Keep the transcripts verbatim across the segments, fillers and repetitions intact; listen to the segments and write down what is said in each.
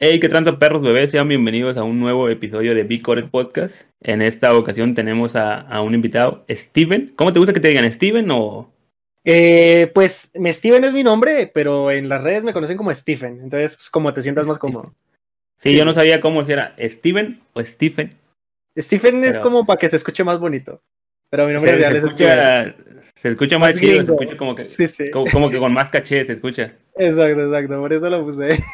Hey, qué tanto perros bebés, sean bienvenidos a un nuevo episodio de B-Core Podcast. En esta ocasión tenemos a, a un invitado, Steven. ¿Cómo te gusta que te digan, Steven o...? Eh, pues me- Steven es mi nombre, pero en las redes me conocen como Stephen. Entonces, pues, como te sientas más Stephen? cómodo. Sí, Sí, yo no sí. sabía cómo si era Steven o Stephen, Stephen es pero como para que se escuche más bonito. Pero mi nombre se, se real es Steven. escucha, se escucha más Más chido, se escucha gringo. como que, Sí, sí. como, como que con más caché se escucha. Exacto, exacto. Por eso lo puse.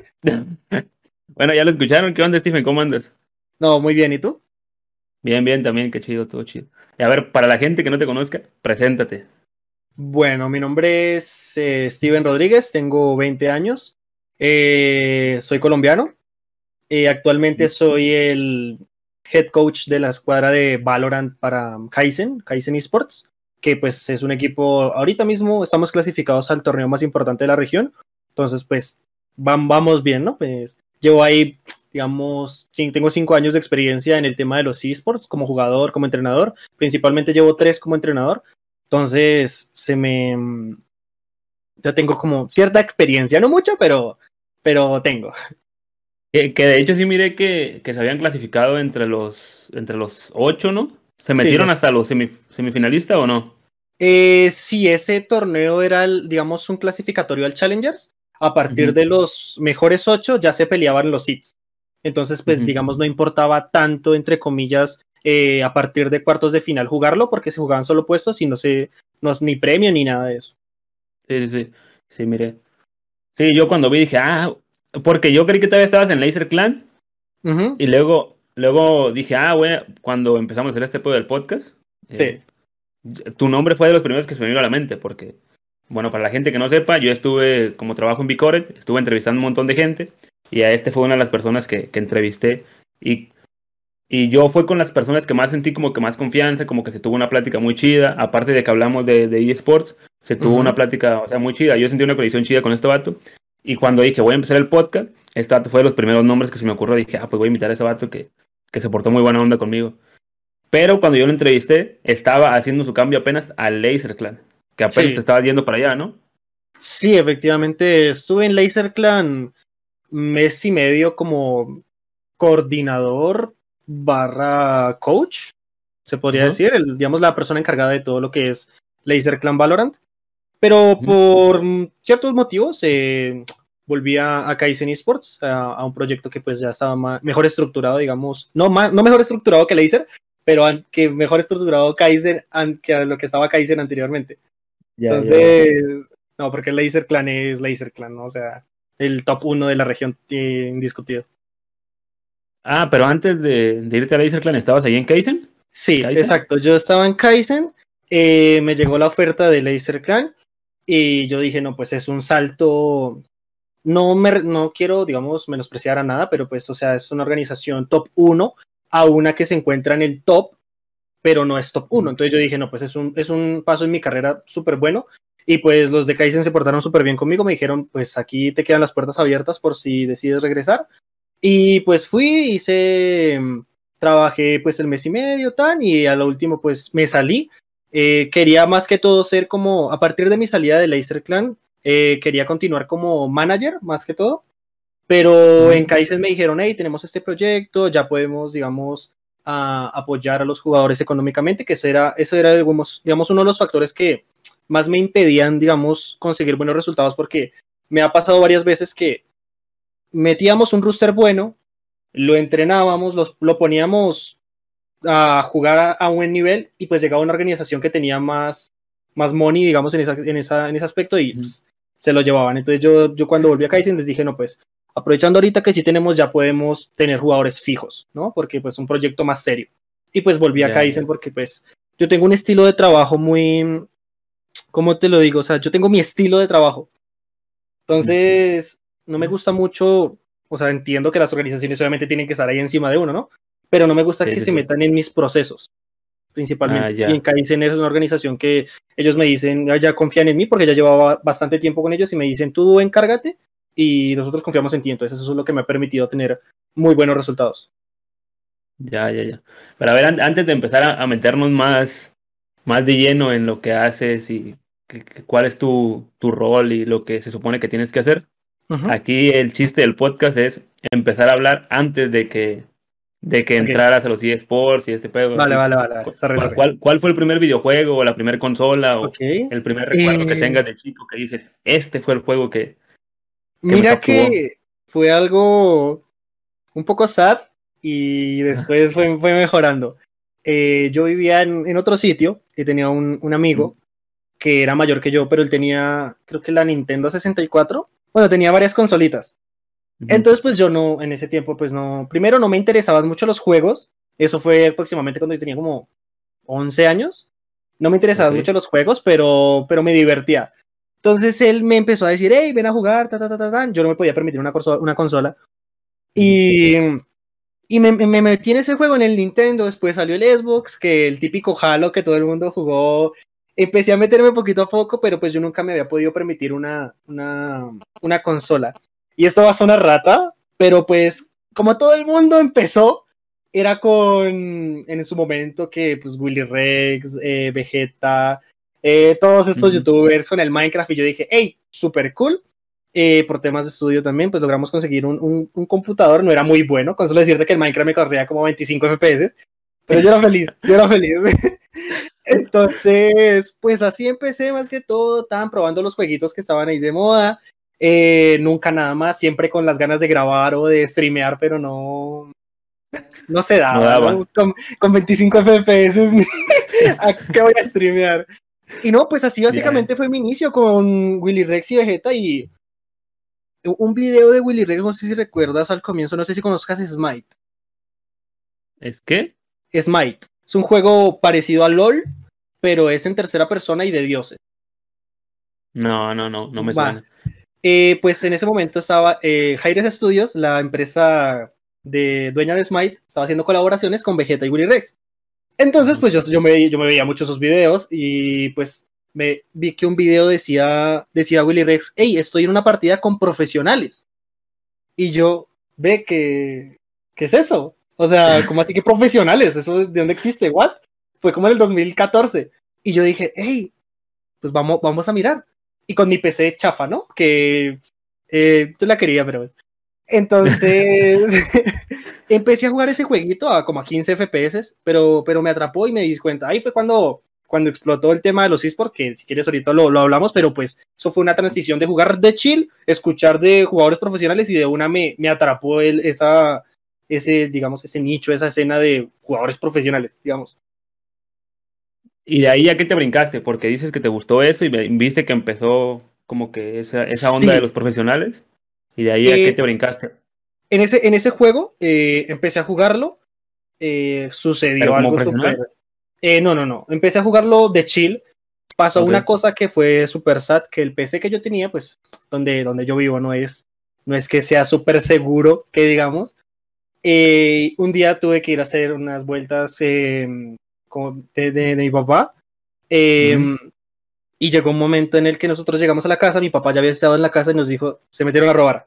Bueno, ya lo escucharon, ¿qué onda, Steven? ¿Cómo andas? No, muy bien. ¿Y tú? Bien, bien, también, qué chido, todo chido. Y a ver, para la gente que no te conozca, preséntate. Bueno, mi nombre es eh, Steven Rodríguez. Tengo veinte años. Eh, soy colombiano. Eh, actualmente soy el head coach de la escuadra de Valorant para Kaizen, Kaizen Esports, que pues es un equipo, ahorita mismo estamos clasificados al torneo más importante de la región, entonces pues van, vamos bien, ¿no? Pues llevo ahí, digamos, sí, tengo cinco años de experiencia en el tema de los esports como jugador, como entrenador, principalmente llevo tres como entrenador, entonces se me, ya tengo como cierta experiencia, no mucha, pero, pero tengo. Que, que de hecho sí miré que, que se habían clasificado entre los, entre los ocho, ¿no? ¿Se Sí, metieron los hasta los semif- semifinalistas o no? Eh, sí, ese torneo era, el, digamos, un clasificatorio al Challengers. A partir Ujú, de los mejores ocho ya se peleaban los seeds. Entonces, pues, ujú. digamos, no importaba tanto, entre comillas, eh, a partir de cuartos de final jugarlo, porque se jugaban solo puestos y no se, no es ni premio ni nada de eso. Sí, sí, sí, sí, miré. Sí, yo cuando vi dije, ah, porque yo creí que todavía estabas en Laser Clan Ujú, y luego, luego dije, ah, bueno, cuando empezamos a hacer este pedo del podcast, eh, sí. tu nombre fue de los primeros que se me vino a la mente, porque, bueno, para la gente que no sepa, yo estuve, como trabajo en Bicoret, estuve entrevistando un montón de gente y a este fue una de las personas que, que entrevisté y Y yo fue con las personas que más sentí como que más confianza, como que se tuvo una plática muy chida. Aparte de que hablamos de, de eSports, se tuvo una Ujú, plática, o sea, muy chida. Yo sentí una conexión chida con este vato. Y cuando dije, voy a empezar el podcast, este vato fue de los primeros nombres que se me ocurrió. Dije, ah, pues voy a invitar a ese vato que, que se portó muy buena onda conmigo. Pero cuando yo lo entrevisté, estaba haciendo su cambio apenas al Laser Clan, que apenas te sí. estaba yendo para allá, ¿no? Sí, efectivamente, estuve en Laser Clan mes y medio como coordinador barra coach, se podría Ajá. decir, el, digamos, la persona encargada de todo lo que es Laser Clan Valorant. Pero Ujú. por mm, ciertos motivos eh, volví a, a Kaizen Esports, a, a, un proyecto que pues ya estaba más, mejor estructurado, digamos, no, más, no mejor estructurado que Laser, pero an, que mejor estructurado Kaizen an, que a lo que estaba Kaizen anteriormente. Ya, ya, ya. Entonces, no, porque Laser Clan es Laser Clan, ¿no? O sea, el top uno de la región eh, indiscutido. Ah, pero antes de, de irte a Laser Clan, ¿estabas ahí en Kaizen? Sí, ¿Kaizen? exacto. Yo estaba en Kaizen, eh, me llegó la oferta de Laser Clan y yo dije, no, pues es un salto. No, me, no quiero, digamos, menospreciar a nada, pero pues, o sea, es una organización top uno a una que se encuentra en el top, pero no es top uno. Entonces yo dije, no, pues es un, es un paso en mi carrera súper bueno. Y pues los de Kaizen se portaron súper bien conmigo. Me dijeron, pues aquí te quedan las puertas abiertas por si decides regresar. Y pues fui, hice, trabajé pues el mes y medio, tan, y a lo último pues me salí. Eh, quería más que todo ser como, a partir de mi salida de Laser Clan, eh, quería continuar como manager más que todo, pero en Ujú. Kaizen me dijeron, hey, tenemos este proyecto, ya podemos, digamos, a, apoyar a los jugadores económicamente, que eso era, eso era digamos, digamos, uno de los factores que más me impedían, digamos, conseguir buenos resultados, porque me ha pasado varias veces que metíamos un rooster bueno, lo entrenábamos, los, lo poníamos a jugar a, a, buen nivel y pues llegaba una organización que tenía más, más money, digamos, en, esa, en, esa, en ese aspecto y Ujú. pss, se lo llevaban. Entonces yo, yo cuando volví a Kaizen les dije, no, pues aprovechando ahorita que sí tenemos, ya podemos tener jugadores fijos, ¿no? Porque pues un proyecto más serio. Y pues volví a Ya, Kaizen ya. porque pues yo tengo un estilo de trabajo muy, ¿cómo te lo digo? O sea, yo tengo mi estilo de trabajo. Entonces, no me gusta mucho, o sea, entiendo que las organizaciones obviamente tienen que estar ahí encima de uno, ¿no? Pero no me gusta Sí, que sí, se sí. metan en mis procesos, Ah, principalmente. Y en ya. Kaizen es una organización que ellos me dicen, ya, ya confían en mí porque ya llevaba bastante tiempo con ellos y me dicen, tú encárgate y nosotros confiamos en ti. Entonces, eso es lo que me ha permitido tener muy buenos resultados. Ya, ya, ya. Pero a ver, an- antes de empezar a, a meternos más, más de lleno en lo que haces y que- que- cuál es tu, tu rol y lo que se supone que tienes que hacer, Ujú. Aquí el chiste del podcast es empezar a hablar antes de que, de que Ok. entraras a los eSports y este pedo Vale, así. vale, vale, vale. ¿Cu- Sorry, ¿Cuál, sorry. cuál, cuál fue el primer videojuego o la primera consola Ok. o el primer recuerdo que Eh, tengas de chico que dices, este fue el juego que, que me Mira capturó? que fue algo un poco sad y Ajá. después fue, fue mejorando. Eh, yo vivía en, en otro sitio y tenía un, un amigo que era mayor que yo, pero él tenía, creo que la Nintendo sesenta y cuatro. Bueno, tenía varias consolitas. Ujú. Entonces, pues yo no, en ese tiempo, pues no, primero no me interesaban mucho los juegos. Eso fue aproximadamente cuando yo tenía como once años. No me interesaban mucho Ok. los juegos, pero, pero me divertía. Entonces él me empezó a decir, hey, ven a jugar, ta, ta, ta, ta, ta. Yo no me podía permitir una, consola, una consola. Ujú. Y, y me, me metí en ese juego en el Nintendo. Después salió el Xbox, que el típico Halo que todo el mundo jugó. Empecé a meterme poquito a poco, pero pues yo nunca me había podido permitir una, una, una consola. Y esto va a sonar rata, pero pues como todo el mundo empezó, era con, en su momento que pues Willy Rex, eh, Vegeta, eh, todos estos Ujú. youtubers con el Minecraft y yo dije, hey, super cool. Eh, por temas de estudio también, pues logramos conseguir un, un, un, computador, no era muy bueno, con solo decirte que el Minecraft me corría como veinticinco F P S, pero yo era feliz, yo era feliz. Entonces, pues así empecé más que todo, estaban probando los jueguitos que estaban ahí de moda, eh, nunca nada más, siempre con las ganas de grabar o de streamear, pero no, no se No daba, daba. ¿no? Con, con veinticinco F P S, ¿a qué voy a streamear? Y no, pues así Ya. básicamente fue mi inicio con Willy Rex y Vegeta y un video de Willy Rex, no sé si recuerdas al comienzo, no sé si conozcas Smite. ¿Es qué? Smite es un juego parecido a LOL, pero es en tercera persona y de dioses. No, no, no, no me Va. suena. Eh, pues en ese momento estaba eh, Hi-Rez Studios, la empresa de dueña de Smite, estaba haciendo colaboraciones con Vegeta y Willy Rex. Entonces, Ujú. pues yo, yo, me, yo me veía mucho esos videos y pues me vi que un video decía, decía Willy Rex, hey, estoy en una partida con profesionales. Y yo, ve que, ¿qué es eso? O sea, ¿cómo así que profesionales? ¿Eso de dónde existe? ¿What? Fue como en el dos mil catorce. Y yo dije, hey, pues vamos, vamos a mirar. Y con mi P C chafa, ¿no? Que eh, tú la quería, pero pues. Entonces, empecé a jugar ese jueguito a como a quince F P S, pero, pero me atrapó y me di cuenta. Ahí fue cuando, cuando explotó el tema de los esports, que si quieres ahorita lo, lo hablamos, pero pues eso fue una transición de jugar de chill, escuchar de jugadores profesionales y de una me, me atrapó el, esa, ese, digamos, ese nicho, esa escena de jugadores profesionales, digamos. Y de ahí a qué te brincaste, porque dices que te gustó eso y ve- viste que empezó como que esa, esa onda de Sí, los profesionales. Y de ahí a qué eh, te brincaste. en, ese, en ese juego eh, empecé a jugarlo, eh, Pero sucedió como algo súper... profesional. Eh, no, no, no, empecé a jugarlo de chill. Pasó una Ok. cosa que fue súper sad, que el P C que yo tenía, pues donde, donde yo vivo no es, no es que sea súper seguro, que digamos. Eh, un día tuve que ir a hacer unas vueltas eh, con, de, de, de, mi papá. Eh, Ujú. y llegó un momento en el que nosotros llegamos a la casa, mi papá ya había estado en la casa y nos dijo, se metieron a robar.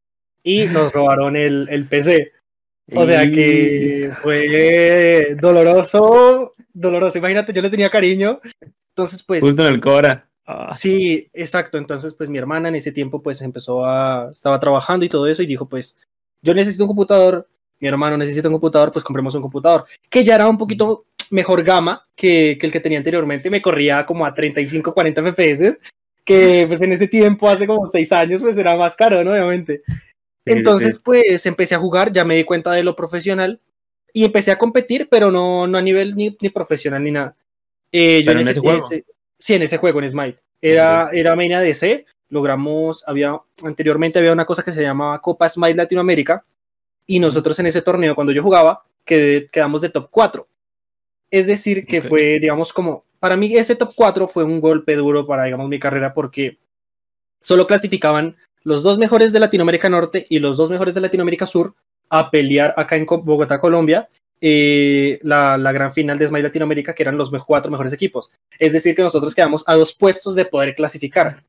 Y nos robaron el, el P C. O sea Y que fue doloroso, doloroso. Imagínate, yo le tenía cariño. Entonces, pues, justo en el Cora. Ah, sí, exacto. Entonces, pues mi hermana en ese tiempo, pues empezó a, estaba trabajando y todo eso y dijo, pues, yo necesito un computador, mi hermano necesita un computador, pues compremos un computador, que ya era un poquito mejor gama que, que el que tenía anteriormente. Me corría como a treinta y cinco, cuarenta F P S, que pues en ese tiempo, hace como seis años, pues era más caro, ¿no? Obviamente. sí, sí, Entonces, sí. pues empecé a jugar, ya me di cuenta de lo profesional y empecé a competir, pero no, no a nivel ni, ni profesional ni nada. Eh, yo en Pero en ese, ese juego. ese, sí, en ese juego, en Smite, Ok. era, era main A D C, logramos, había, anteriormente había una cosa que se llamaba Copa Smite Latinoamérica y Ujú. nosotros en ese torneo, cuando yo jugaba, quedé, quedamos de top cuatro. Es decir, que Ok. fue, digamos, como, para mí ese top cuatro fue un golpe duro para, digamos, mi carrera porque solo clasificaban los dos mejores de Latinoamérica Norte y los dos mejores de Latinoamérica Sur a pelear acá en Bogotá, Colombia, eh, la, la, gran final de Smite Latinoamérica, que eran los cuatro mejores equipos. Es decir, que nosotros quedamos a dos puestos de poder clasificar.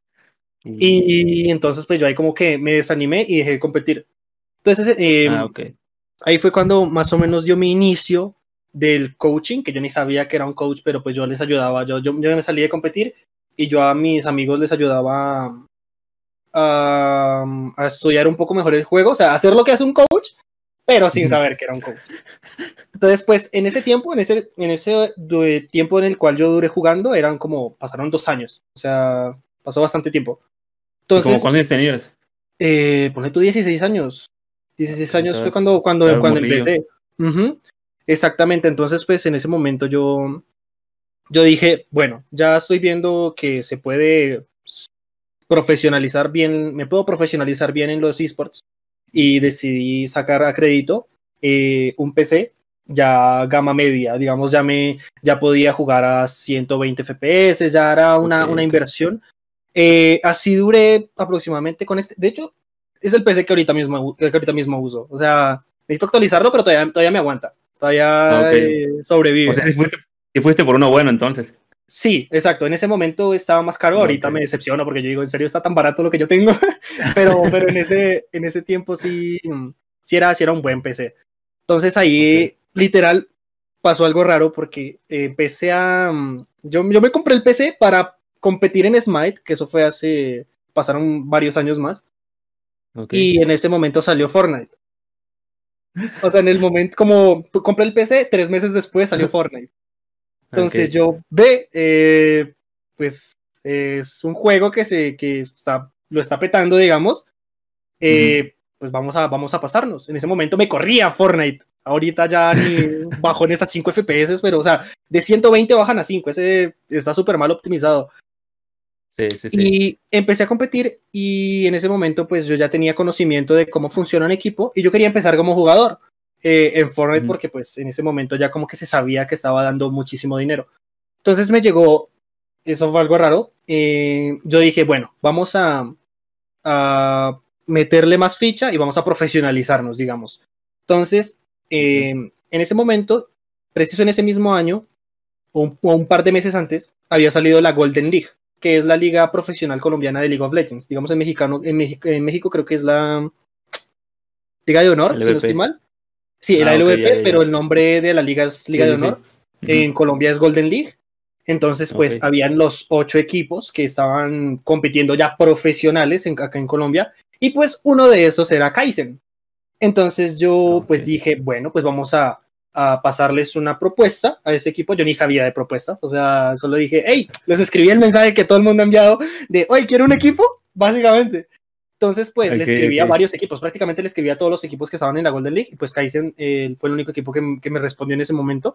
Y... Y entonces, pues yo ahí como que me desanimé y dejé de competir. Entonces, eh, Ah, ok. ahí fue cuando más o menos dio mi inicio del coaching, que yo ni sabía que era un coach, pero pues yo les ayudaba, yo, yo, yo me salí de competir y yo a mis amigos les ayudaba a, a estudiar un poco mejor el juego, o sea, hacer lo que hace un coach, pero sin saber que era un coach. Entonces, pues, en ese tiempo, en ese, en ese tiempo en el cual yo duré jugando, eran como, pasaron dos años, o sea, pasó bastante tiempo. ¿Y como Entonces, cuántos años tenías? eh, ponle tú dieciséis años. dieciséis años fue Entonces, cuando, cuando, estabas cuando morrillo. empecé. Ujú. Exactamente, entonces, pues, en ese momento yo, yo dije, bueno, ya estoy viendo que se puede profesionalizar bien, me puedo profesionalizar bien en los esports y decidí sacar a crédito eh, un P C ya gama media, digamos, ya me ya podía jugar a ciento veinte F P S, ya era una, Ok, una ok. inversión. Eh, así duré aproximadamente con este, de hecho, es el P C que ahorita mismo, que ahorita mismo uso, o sea, necesito actualizarlo, pero todavía, todavía me aguanta, Ah, todavía ok. eh, O sobrevive. sea, si fuiste, si fuiste por uno bueno, entonces. Sí, exacto. En ese momento estaba más caro. Ok. Ahorita me decepciona porque yo digo, en serio está tan barato lo que yo tengo. pero, pero en ese, en ese tiempo sí, sí era, sí era un buen P C. Entonces Ok. ahí literal pasó algo raro porque eh, empecé a. mm, Yo, yo me compré el P C para competir en Smite, que eso fue hace. Pasaron varios años más. Ok. Y en ese momento salió Fortnite. O sea, en el momento, como compré el P C, tres meses después salió Fortnite. Entonces Ok. yo ve, eh, pues eh, es un juego que se que está, lo está petando, digamos. Ujú. eh, pues vamos a, vamos a pasarnos. En ese momento me corría Fortnite. Ahorita ya ni bajó en esas cinco F P S, pero o sea, de ciento veinte bajan a cinco. Ese está súper mal optimizado. Sí, sí, sí. Y empecé a competir y en ese momento pues yo ya tenía conocimiento de cómo funciona un equipo y yo quería empezar como jugador eh, en Fortnite Ujú. porque pues en ese momento ya como que se sabía que estaba dando muchísimo dinero. Entonces me llegó, eso fue algo raro, eh, yo dije, bueno, vamos a, a, meterle más ficha y vamos a profesionalizarnos, digamos. Entonces, Ok. eh, en ese momento, preciso en ese mismo año, o un, o un par de meses antes, había salido la Golden League, que es la liga profesional colombiana de League of Legends. Digamos en, mexicano, en, México, en México creo que es la Liga de Honor, si no estoy L V P. mal. Sí, la Ah, ok, ya, L V P, ya, pero ya. el nombre de la liga es Liga Sí, de sí, Honor. sí. Ujú. En Colombia es Golden League. Entonces, Ok. pues habían los ocho equipos que estaban compitiendo ya profesionales en, acá en Colombia. Y pues uno de esos era Kaizen. Entonces yo Ok. pues dije, bueno, pues vamos a, a pasarles una propuesta a ese equipo. Yo ni sabía de propuestas, o sea, solo dije, hey, les escribí el mensaje que todo el mundo ha enviado de, oye, ¿quiero un equipo? Básicamente. Entonces, pues le Ok, escribí a ok. varios equipos, prácticamente le escribí a todos los equipos que estaban en la Golden League, y pues Kaizen eh, fue el único equipo que, que, me respondió en ese momento.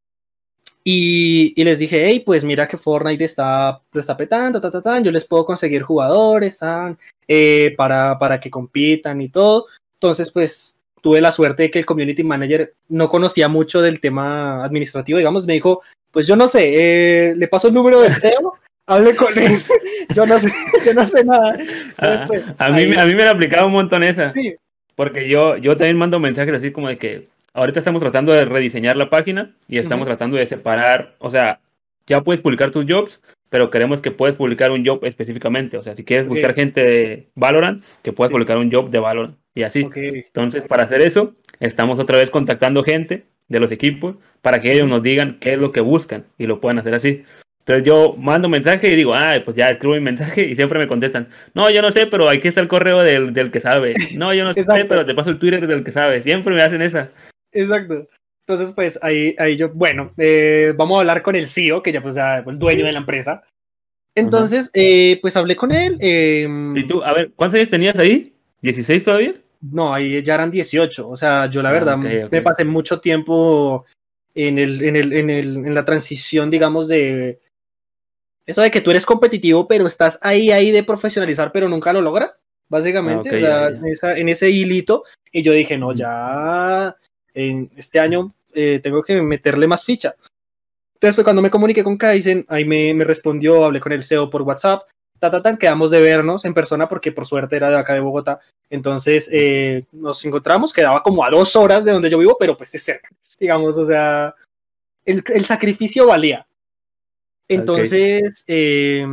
Y, y, les dije, hey, pues mira que Fortnite está, lo está petando, ta, ta, ta, yo les puedo conseguir jugadores tan, eh, para, para que compitan y todo. Entonces, pues tuve la suerte de que el community manager no conocía mucho del tema administrativo, digamos, me dijo, pues yo no sé, eh, le paso el número del C E O, hable con él, yo no sé, yo no sé nada. Entonces, A, pues a mí, me- ahí, a mí me han aplicado un montón esa. sí, Porque yo, yo también mando mensajes así como de que ahorita estamos tratando de rediseñar la página y uh estamos -huh, tratando de separar, o sea, ya puedes publicar tus jobs, pero queremos que puedes publicar un job específicamente. O sea, si quieres ok, buscar gente de Valorant, que puedas sí, publicar un job de Valorant y así. ok, Entonces, para hacer eso, estamos otra vez contactando gente de los equipos para que uh ellos -huh, nos digan qué es lo que buscan y lo puedan hacer así. Entonces yo mando mensaje y digo, ah, pues ya escribo mi mensaje y siempre me contestan, no, yo no sé, pero aquí está el correo del, del que sabe. No, yo no sé, pero exacto. te paso el Twitter del que sabe. Siempre me hacen esa. Exacto. Entonces, pues ahí, ahí yo, bueno, eh, vamos a hablar con el C E O, que ya pues ya, el dueño de la empresa. Ajá. Entonces, eh, pues hablé con él. Eh, Y tú, a ver, ¿cuántos años tenías ahí? ¿Dieciséis todavía? no, ahí ya eran dieciocho. O sea, yo la Ah, verdad ok, ok. me pasé mucho tiempo en, el, en, el, en, el, en la transición, digamos, de eso de que tú eres competitivo, pero estás ahí, ahí de profesionalizar, pero nunca lo logras, Ah, básicamente. ok, O ya, sea, en, ya. esa, en ese hilito. Y yo dije, no, Ujú. ya en este año eh, tengo que meterle más ficha. Entonces fue cuando me comuniqué con Kaizen, ahí me, me respondió, hablé con el C E O por WhatsApp, ta, ta, ta, quedamos de vernos en persona porque por suerte era de acá de Bogotá. Entonces eh, nos encontramos, quedaba como a dos horas de donde yo vivo, pero pues es cerca, digamos, o sea, el, el sacrificio valía. Ok. Entonces eh,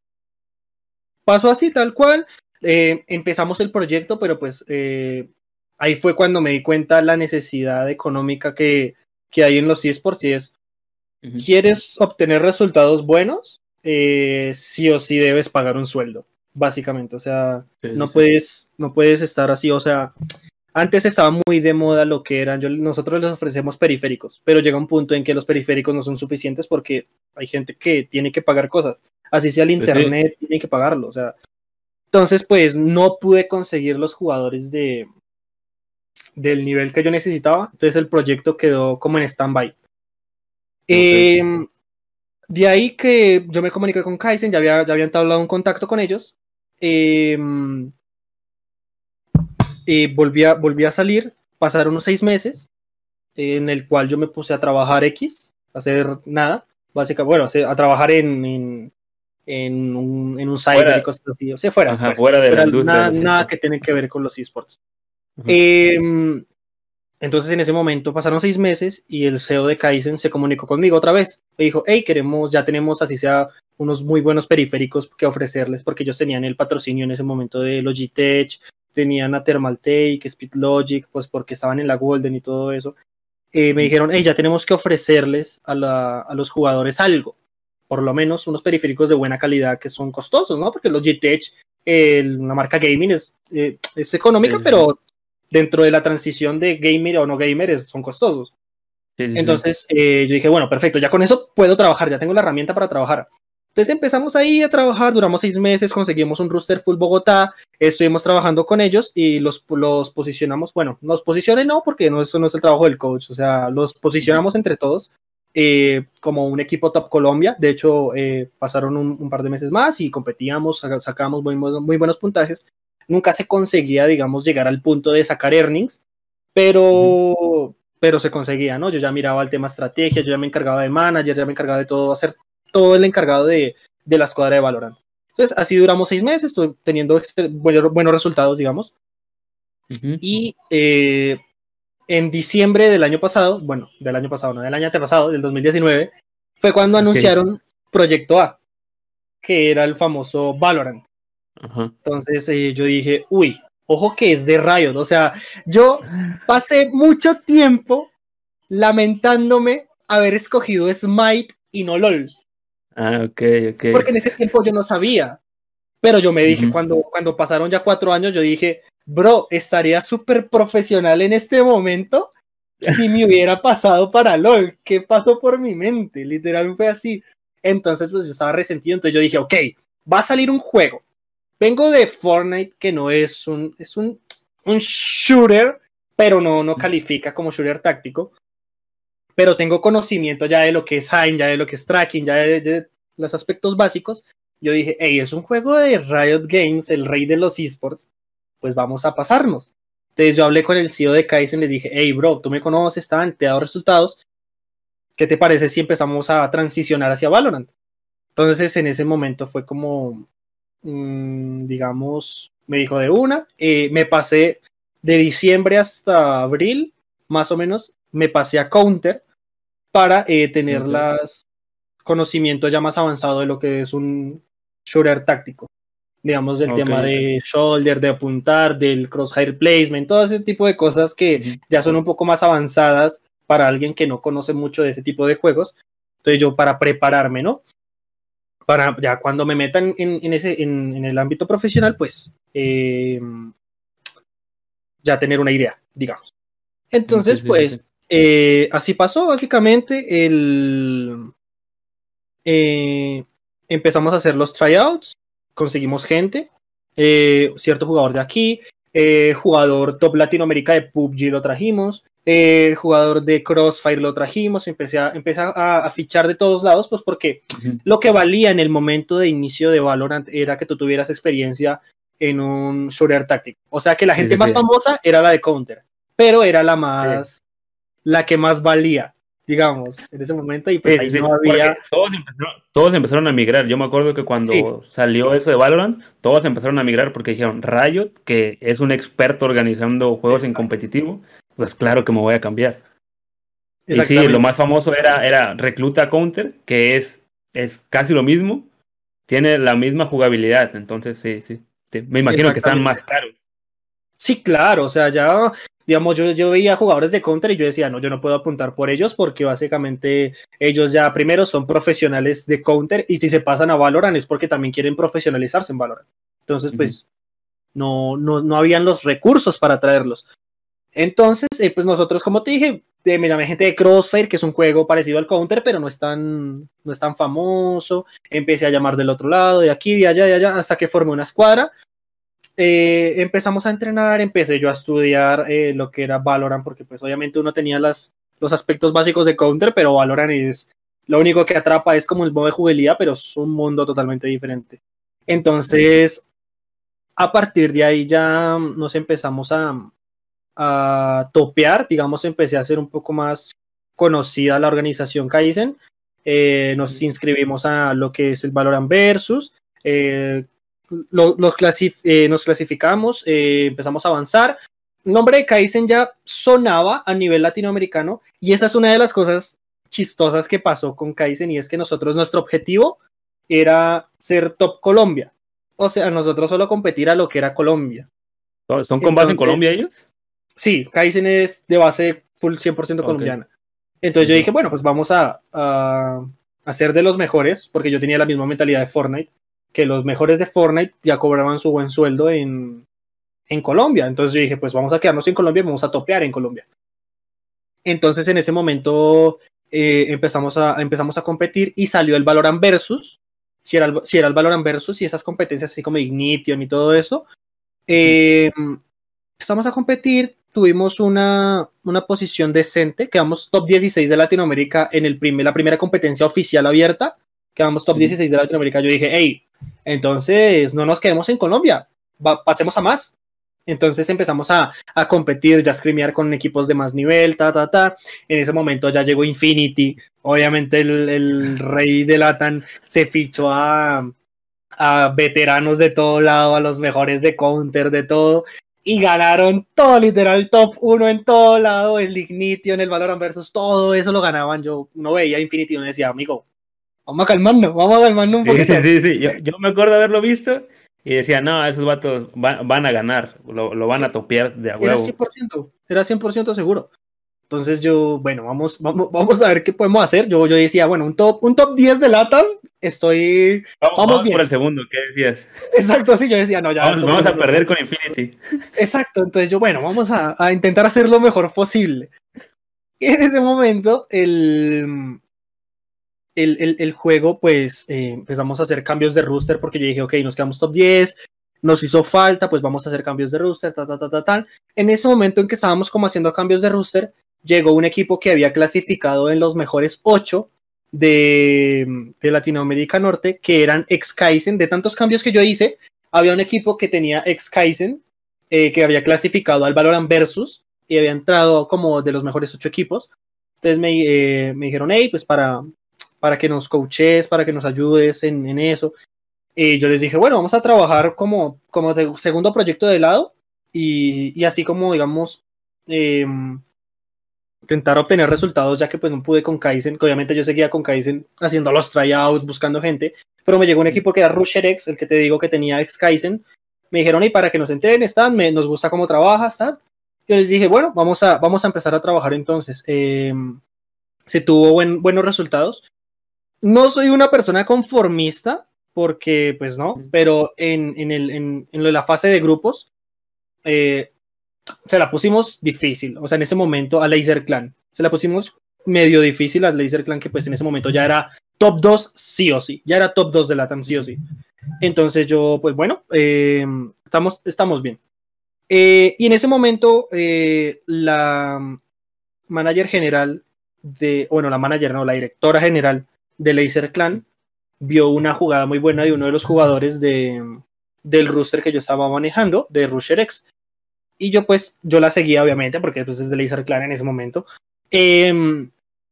pasó así, tal cual, eh, empezamos el proyecto, pero pues eh, ahí fue cuando me di cuenta la necesidad económica que, que hay en los esports y es, Ujú. ¿quieres obtener resultados buenos? Eh, sí o sí debes pagar un sueldo. básicamente. O sea, Sí, no sí, sí. puedes, no puedes estar así, o sea, antes estaba muy de moda lo que eran, yo, nosotros les ofrecemos periféricos, pero llega un punto en que los periféricos no son suficientes porque hay gente que tiene que pagar cosas, así sea el Pues sí. internet, tiene que pagarlo, o sea, entonces pues no pude conseguir los jugadores de, del nivel que yo necesitaba, entonces el proyecto quedó como en stand-by. Ok. Eh, de ahí que yo me comuniqué con Kaizen, ya había, ya había entablado un contacto con ellos, eh, eh, volví, a, volví a salir, pasaron unos seis meses, en el cual yo me puse a trabajar X, a hacer nada, básicamente, bueno, a trabajar en, en, en, un, en un cyber y Fuera, cosas así, o sea, fuera, ajá, fuera, fuera de la fuera industria de nada, los nada esports. que tiene que ver con los esports. Ajá. Eh, entonces en ese momento pasaron seis meses y el C E O de Kaizen se comunicó conmigo otra vez. Me dijo, hey, queremos, ya tenemos así sea unos muy buenos periféricos que ofrecerles, porque ellos tenían el patrocinio en ese momento de Logitech, tenían a Thermaltake, Speedlogic, pues porque estaban en la Golden y todo eso. Eh, me dijeron, hey, ya tenemos que ofrecerles a, la, a los jugadores algo, por lo menos unos periféricos de buena calidad que son costosos, ¿no? Porque Logitech, eh, una marca gaming, es, eh, es económica, Sí, sí, sí. pero dentro de la transición de gamer o no gamer es, son costosos. Sí, sí, sí. Entonces eh, yo dije, bueno, perfecto, ya con eso puedo trabajar, ya tengo la herramienta para trabajar. Entonces empezamos ahí a trabajar, duramos seis meses, conseguimos un roster full Bogotá, estuvimos trabajando con ellos y los, los posicionamos, bueno, nos posicionen no, porque no, eso no es el trabajo del coach, o sea, los posicionamos entre todos eh, como un equipo Top Colombia. De hecho, eh, pasaron un, un par de meses más y competíamos, sacábamos muy, muy buenos puntajes. Nunca se conseguía, digamos, llegar al punto de sacar earnings, pero, pero se conseguía, ¿no? Yo ya miraba el tema estrategia, yo ya me encargaba de manager, ya me encargaba de todo, hacer todo el encargado de, de la escuadra de Valorant. Entonces, así duramos seis meses, estoy teniendo buenos, buenos resultados, digamos. Ujú. Y eh, en diciembre del año pasado, bueno, del año pasado, no, del año antepasado, del dos mil diecinueve, fue cuando Ok. anunciaron Proyecto A, que era el famoso Valorant. Ajá. Entonces eh, yo dije, uy, ojo que es de Riot. O sea, yo pasé mucho tiempo lamentándome haber escogido Smite y no LOL. Ah, ok, ok. Porque en ese tiempo yo no sabía. Pero yo me dije, Ujú. cuando, cuando pasaron ya cuatro años, yo dije, bro, estaría súper profesional en este momento si me hubiera pasado para LOL. ¿Qué pasó por mi mente? Literal fue así. Entonces, pues yo estaba resentido. Entonces yo dije, ok, va a salir un juego. Vengo de Fortnite, que no es un, es un, un shooter, pero no, no califica como shooter táctico. Pero tengo conocimiento ya de lo que es aim, ya de lo que es tracking, ya de, de los aspectos básicos. Yo dije, hey, es un juego de Riot Games, el rey de los esports, pues vamos a pasarnos. Entonces yo hablé con el C E O de Kaizen, le dije, hey, bro, tú me conoces, te he dado resultados, ¿qué te parece si empezamos a transicionar hacia Valorant? Entonces en ese momento fue como, mmm, digamos, me dijo de una, eh, me pasé de diciembre hasta abril, más o menos, me pasé a Counter para eh, tener Ok. las conocimiento ya más avanzado de lo que es un shooter táctico, digamos del Ok, tema ok. de shoulder, de apuntar, del crosshair placement, todo ese tipo de cosas que Ujú. ya son un poco más avanzadas para alguien que no conoce mucho de ese tipo de juegos. Entonces yo para prepararme, ¿no? Para ya cuando me metan en, en ese, en, en, el ámbito profesional, pues eh, ya tener una idea, digamos. Ok, Entonces, sí, sí, sí. pues eh, así pasó básicamente el... Eh, empezamos a hacer los tryouts, conseguimos gente, eh, cierto jugador de aquí, eh, jugador top Latinoamérica de P U B G lo trajimos, eh, jugador de Crossfire lo trajimos, empecé, a, empecé a, a fichar de todos lados, pues porque Ujú. lo que valía en el momento de inicio de Valorant era que tú tuvieras experiencia en un shooter táctico. O sea que la Sí, gente sí, más sí. famosa era la de Counter, pero era la Sí. más, la que más valía, digamos, en ese momento, y pues Sí, sí, ahí sí, no porque había... todos empezaron, todos empezaron a migrar. Yo me acuerdo que Sí, cuando salió eso de Valorant, todos empezaron a migrar porque dijeron, Riot, que es un experto organizando juegos en exacto. competitivo, pues claro que me voy a cambiar. Y sí, lo Exactamente, más famoso era, era Recluta Counter, que es, es casi lo mismo, tiene la misma jugabilidad, entonces sí, sí, sí. Me imagino que están exactamente. más caros. Sí, claro, o sea, ya, digamos, yo, yo veía jugadores de Counter y yo decía, no, yo no puedo apuntar por ellos porque básicamente ellos ya primero son profesionales de Counter y si se pasan a Valorant es porque también quieren profesionalizarse en Valorant. Entonces, pues, uh-huh. no, no, no habían los recursos para traerlos. Entonces, eh, pues nosotros, como te dije, eh, me llamé gente de Crossfire, que es un juego parecido al Counter, pero no es tan, no es tan famoso. Empecé a llamar del otro lado, de aquí, de allá, de allá, hasta que formé una escuadra. Eh, empezamos a entrenar, empecé yo a estudiar eh, lo que era Valorant, porque pues obviamente uno tenía las, los aspectos básicos de Counter, pero Valorant es, lo único que atrapa es como el modo de jugabilidad, pero es un mundo totalmente diferente. Entonces, a partir de ahí ya nos empezamos a, a topear, digamos, empecé a ser un poco más conocida la organización Kaizen, eh, nos inscribimos a lo que es el Valorant Versus, eh, Lo, lo clasif eh, nos clasificamos, eh, empezamos a avanzar. El nombre de Kaizen ya sonaba a nivel latinoamericano y esa es una de las cosas chistosas que pasó con Kaizen, y es que nosotros, nuestro objetivo era ser top Colombia, o sea, nosotros solo competir a lo que era Colombia. ¿Son con base en Colombia ellos? Sí, Kaizen es de base full cien por ciento colombiana. Okay. Entonces uh-huh. yo dije, bueno, pues vamos a, a, a ser de los mejores, porque yo tenía la misma mentalidad de Fortnite, que los mejores de Fortnite ya cobraban su buen sueldo en, en Colombia. Entonces yo dije, pues vamos a quedarnos en Colombia, vamos a topear en Colombia. Entonces en ese momento eh, empezamos, a, empezamos a competir y salió el Valorant Versus. Si era el, si era el Valorant Versus y esas competencias así como Ignition y todo eso. Eh, empezamos a competir, tuvimos una, una posición decente, quedamos top dieciséis de Latinoamérica en el primer, la primera competencia oficial abierta. Quedamos top dieciséis de Latinoamérica. Yo dije, hey, entonces no nos quedemos en Colombia, va, pasemos a más. Entonces empezamos a, a competir, ya a scrimear con equipos de más nivel, ta, ta, ta. En ese momento ya llegó Infinity. Obviamente el, el rey de Latam se fichó a, a veteranos de todo lado, a los mejores de Counter, de todo. Y ganaron todo, literal, top uno en todo lado. El Ignition, el Valorant Versus, todo eso lo ganaban. Yo no veía Infinity y uno decía, amigo, vamos a calmarnos, vamos a calmarnos un poquito. Sí, sí, sí. Yo, yo me acuerdo de haberlo visto y decía, no, esos vatos van, van a ganar, lo, lo van sí. a topear de a huevo. Era cien por ciento, era cien por ciento seguro. Entonces yo, bueno, vamos, vamos, vamos a ver qué podemos hacer. Yo, yo decía, bueno, un top, un top diez de Latam, estoy... Vamos, vamos, vamos bien. Por el segundo, ¿qué decías? Exacto, sí, yo decía, no, ya... Vamos, vamos a perder con Infinity. Exacto, entonces yo, bueno, vamos a, a intentar hacer lo mejor posible. Y en ese momento, el... El, el, el juego, pues eh, empezamos a hacer cambios de roster porque yo dije, ok, nos quedamos top diez, nos hizo falta, pues vamos a hacer cambios de roster, ta, ta, ta, ta, ta. En ese momento en que estábamos como haciendo cambios de roster, llegó un equipo que había clasificado en los mejores ocho de, de Latinoamérica Norte, que eran ex Kaizen. De tantos cambios que yo hice, había un equipo que tenía ex Kaizen, eh, que había clasificado al Valorant Versus y había entrado como de los mejores ocho equipos. Entonces me, eh, me dijeron, hey, pues para... para que nos coaches, para que nos ayudes en, en eso. Y yo les dije, bueno, vamos a trabajar como, como de segundo proyecto de lado y, y así como, digamos, eh, intentar obtener resultados, ya que pues no pude con Kaizen, que obviamente yo seguía con Kaizen haciendo los tryouts, buscando gente, pero me llegó un equipo que era RusherX, el que te digo que tenía ex Kaizen. Me dijeron, y para que nos entren, están, me, nos gusta cómo trabajas, ¿está? Yo les dije, bueno, vamos a, vamos a empezar a trabajar entonces. Eh, se tuvo buen, buenos resultados. No soy una persona conformista, porque pues no, pero en, en, el, en, en la fase de grupos eh, se la pusimos difícil, o sea, en ese momento a Laser Clan, se la pusimos medio difícil a Laser Clan, que pues en ese momento ya era top dos sí o sí, ya era top dos de Latam sí o sí. Entonces yo, pues bueno, eh, estamos, estamos bien. Eh, y en ese momento eh, la manager general de, bueno, la manager no, la directora general de Laser Clan vio una jugada muy buena de uno de los jugadores de, del roster que yo estaba manejando, de RusherX, y yo pues, yo la seguía obviamente, porque pues es de Laser Clan en ese momento, eh,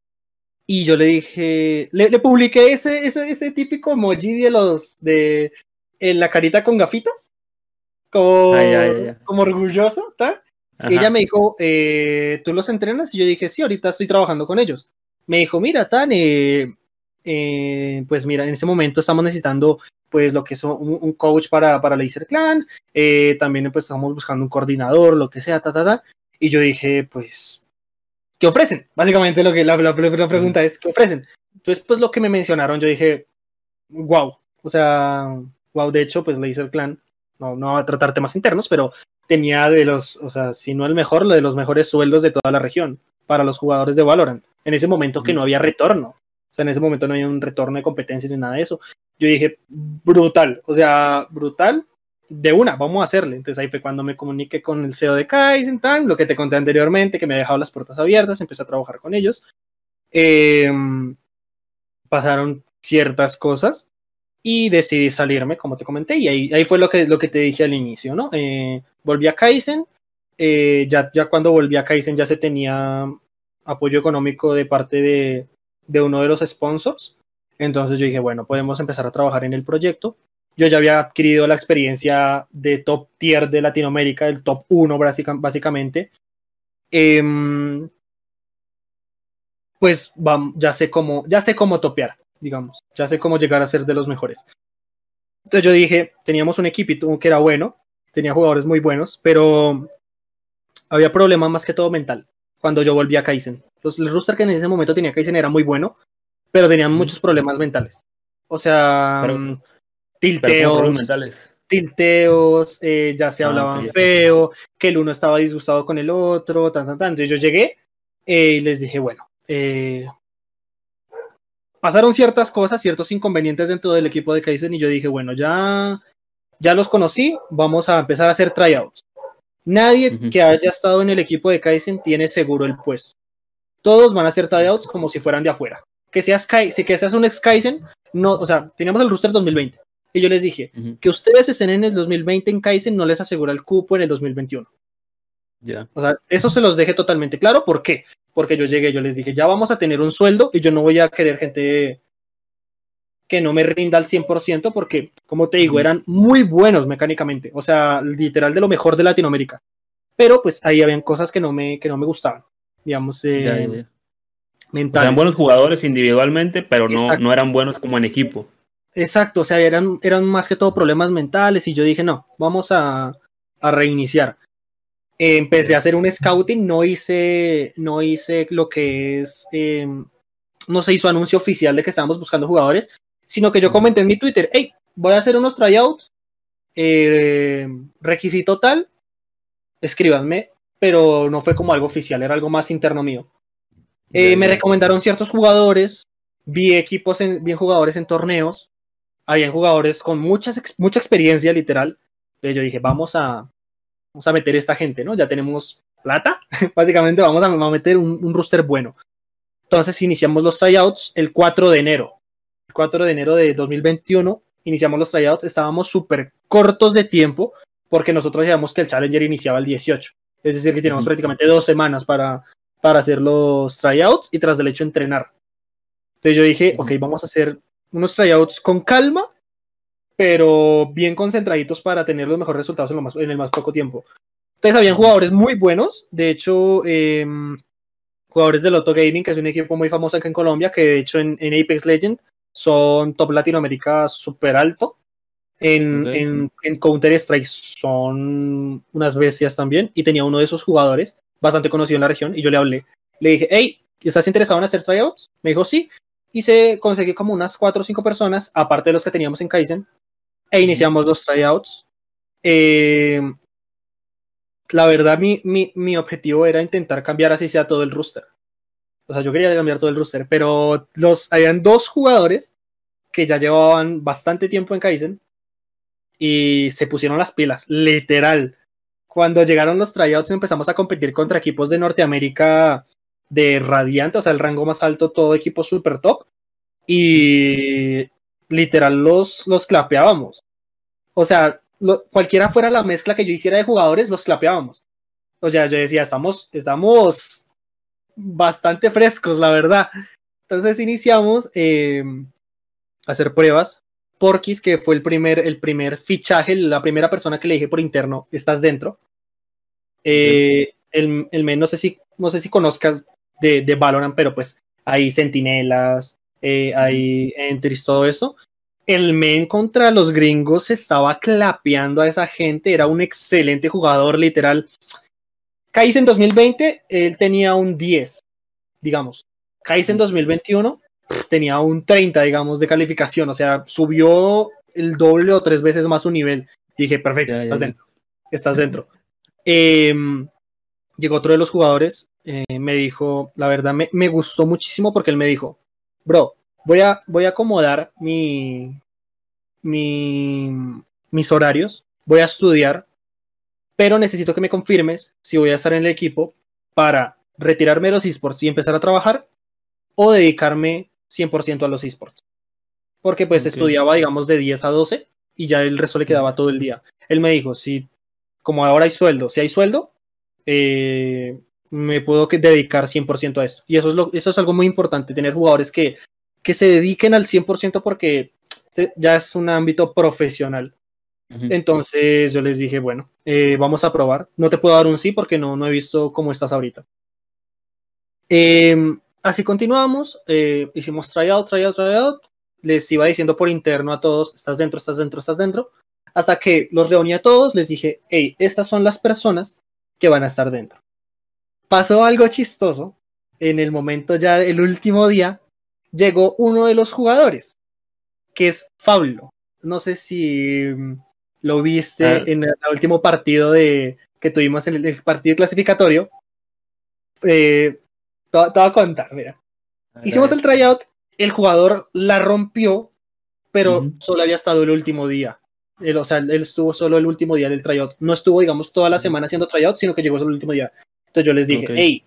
y yo le dije, le, le publiqué ese, ese, ese típico emoji de los, de en la carita con gafitas, como, ay, ay, ay. como orgulloso, ¿tá? Y ella me dijo, eh, ¿tú los entrenas? Y yo dije, sí, ahorita estoy trabajando con ellos. Me dijo, mira, Tan, eh, eh, pues mira, en ese momento estamos necesitando pues lo que es un, un coach para, para Laser Clan, eh, también pues estamos buscando un coordinador, lo que sea, ta, ta, ta. Y yo dije, pues, ¿qué ofrecen? Básicamente lo que la, la, la pregunta es, ¿qué ofrecen? Entonces, pues lo que me mencionaron, yo dije, wow, o sea, wow, de hecho, pues Laser Clan no, no va a tratar temas internos, pero tenía de los, o sea, si no el mejor, lo de los mejores sueldos de toda la región para los jugadores de Valorant. En ese momento que no había retorno. O sea, en ese momento no había un retorno de competencias ni nada de eso. Yo dije, brutal, o sea, brutal, de una, vamos a hacerle. Entonces ahí fue cuando me comuniqué con el C E O de Kaizen, tal, lo que te conté anteriormente, que me ha dejado las puertas abiertas, empecé a trabajar con ellos. Eh, pasaron ciertas cosas y decidí salirme, como te comenté, y ahí, ahí fue lo que, lo que te dije al inicio, ¿no? Eh, volví a Kaizen, eh, ya, ya cuando volví a Kaizen ya se tenía apoyo económico de parte de, de uno de los sponsors, entonces yo dije, bueno, podemos empezar a trabajar en el proyecto. Yo ya había adquirido la experiencia de top tier de Latinoamérica, el top uno básicamente. Eh, pues vamos, ya sé cómo, ya sé cómo topear, digamos, ya sé cómo llegar a ser de los mejores. Entonces yo dije, teníamos un equipito que era bueno, tenía jugadores muy buenos, pero había problemas más que todo mental cuando yo volví a Kaizen. Pues el roster que en ese momento tenía Kaizen era muy bueno, pero tenían mm. muchos problemas mentales. O sea, pero, tilteos, pero mentales. tilteos, eh, ya se ah, hablaban okay, feo, que el uno estaba disgustado con el otro, tan, tan, tan. Entonces yo llegué eh, y les dije, bueno, eh, pasaron ciertas cosas, ciertos inconvenientes dentro del equipo de Kaizen y yo dije, bueno, ya, ya los conocí, vamos a empezar a hacer tryouts. Nadie uh-huh. que haya estado en el equipo de Kaizen tiene seguro el puesto. Todos van a hacer tryouts como si fueran de afuera. Que seas, si que seas un ex Kaizen, no, o sea, teníamos el roster dos mil veinte y yo les dije, uh-huh. que ustedes estén en el dos mil veinte en Kaizen no les asegura el cupo en el dos mil veintiuno. Yeah. O sea, eso se los dejé totalmente claro. ¿Por qué? Porque yo llegué, yo les dije, ya vamos a tener un sueldo y yo no voy a querer gente que no me rinda al cien por ciento porque, como te digo, uh-huh. eran muy buenos mecánicamente. O sea, literal de lo mejor de Latinoamérica. Pero pues ahí habían cosas que no me, que no me gustaban. Digamos, eh, ya, ya, ya. mentales. Eran buenos jugadores individualmente, pero no, no eran buenos como en equipo. Exacto, o sea, eran, eran más que todo problemas mentales y yo dije, no, vamos a, a reiniciar. Eh, empecé a hacer un scouting, no hice, no hice lo que es, eh, no se hizo anuncio oficial de que estábamos buscando jugadores, sino que yo comenté en mi Twitter, hey, voy a hacer unos tryouts, eh, requisito tal, escríbanme, pero no fue como algo oficial, era algo más interno mío. Eh, me recomendaron ciertos jugadores, vi equipos, en, vi jugadores en torneos, habían jugadores con muchas, mucha experiencia literal, entonces yo dije, vamos a vamos a meter esta gente, ¿no? Ya tenemos plata, básicamente vamos a, vamos a meter un, un roster bueno. Entonces iniciamos los tryouts el cuatro de enero. El cuatro de enero de dos mil veintiuno iniciamos los tryouts, estábamos súper cortos de tiempo porque nosotros sabíamos que el Challenger iniciaba el dieciocho. Es decir, que teníamos uh-huh. prácticamente dos semanas para, para hacer los tryouts y tras del hecho entrenar. Entonces yo dije, uh-huh. ok, vamos a hacer unos tryouts con calma, pero bien concentraditos para tener los mejores resultados en, lo más, en el más poco tiempo. Entonces habían jugadores muy buenos, de hecho, eh, jugadores de Loto Gaming, que es un equipo muy famoso acá en Colombia, que de hecho en, en Apex Legends son top Latinoamérica súper alto, en, okay. en, en Counter-Strike son unas bestias también, y tenía uno de esos jugadores, bastante conocido en la región, y yo le hablé, le dije, hey, ¿estás interesado en hacer tryouts? Me dijo, sí, y se conseguí como unas cuatro o cinco personas, aparte de los que teníamos en Kaizen, e iniciamos los tryouts. Eh, la verdad, mi, mi, mi objetivo era intentar cambiar así sea todo el roster. O sea, yo quería cambiar todo el roster, pero los, habían dos jugadores que ya llevaban bastante tiempo en Kaizen y se pusieron las pilas, literal. Cuando llegaron los tryouts empezamos a competir contra equipos de Norteamérica de Radiante, o sea, el rango más alto, todo equipo super top, y literal los, los clapeábamos. O sea, lo, cualquiera fuera la mezcla que yo hiciera de jugadores, los clapeábamos. O sea, yo decía, estamos, estamos bastante frescos, la verdad. Entonces iniciamos eh, a hacer pruebas. Porquis, que fue el primer, el primer fichaje, la primera persona que le dije por interno, estás dentro. Eh, el, el men, no sé si, no sé si conozcas de, de Valorant, pero pues hay centinelas, eh, hay entries, todo eso. El men contra los gringos estaba clapeando a esa gente, era un excelente jugador, literal. Kaizen dos mil veinte, él tenía un diez, digamos. Kaizen dos mil veintiuno tenía un treinta, digamos, de calificación, o sea, subió el doble o tres veces más su nivel. Y dije, perfecto, Ya, ya, estás ya. dentro, estás dentro. Eh, llegó otro de los jugadores, eh, me dijo, la verdad me, me gustó muchísimo porque él me dijo, bro, voy a, voy a acomodar mi, mi, mis horarios, voy a estudiar, pero necesito que me confirmes si voy a estar en el equipo para retirarme de los esports y empezar a trabajar o dedicarme cien por ciento a los esports. Porque pues Ok. estudiaba, digamos, de diez a doce y ya el resto le quedaba todo el día. Él me dijo, si como ahora hay sueldo, si hay sueldo, eh, me puedo que dedicar cien por ciento a esto. Y eso es, lo, eso es algo muy importante, tener jugadores que, que se dediquen al cien por ciento porque se, ya es un ámbito profesional. Ujú. Entonces yo les dije, bueno, eh, vamos a probar. No te puedo dar un sí porque no, no he visto cómo estás ahorita. Eh, así continuamos, eh, hicimos tryout, tryout, tryout. Les iba diciendo por interno a todos, estás dentro, estás dentro, estás dentro. Hasta que los reuní a todos, les dije, hey, estas son las personas que van a estar dentro. Pasó algo chistoso. En el momento ya, el último día, llegó uno de los jugadores, que es Fablo. No sé si mm, lo Ah, viste en el último partido de, que tuvimos en el, el partido clasificatorio. Eh, te, te voy a contar, mira. a ver, a Hicimos el ver. tryout, el jugador la rompió, pero Ujú. solo había estado el último día. Él, o sea, él estuvo solo el último día del tryout. No estuvo, digamos, toda la semana haciendo tryout, sino que llegó solo el último día. Entonces yo les dije, Ok. hey,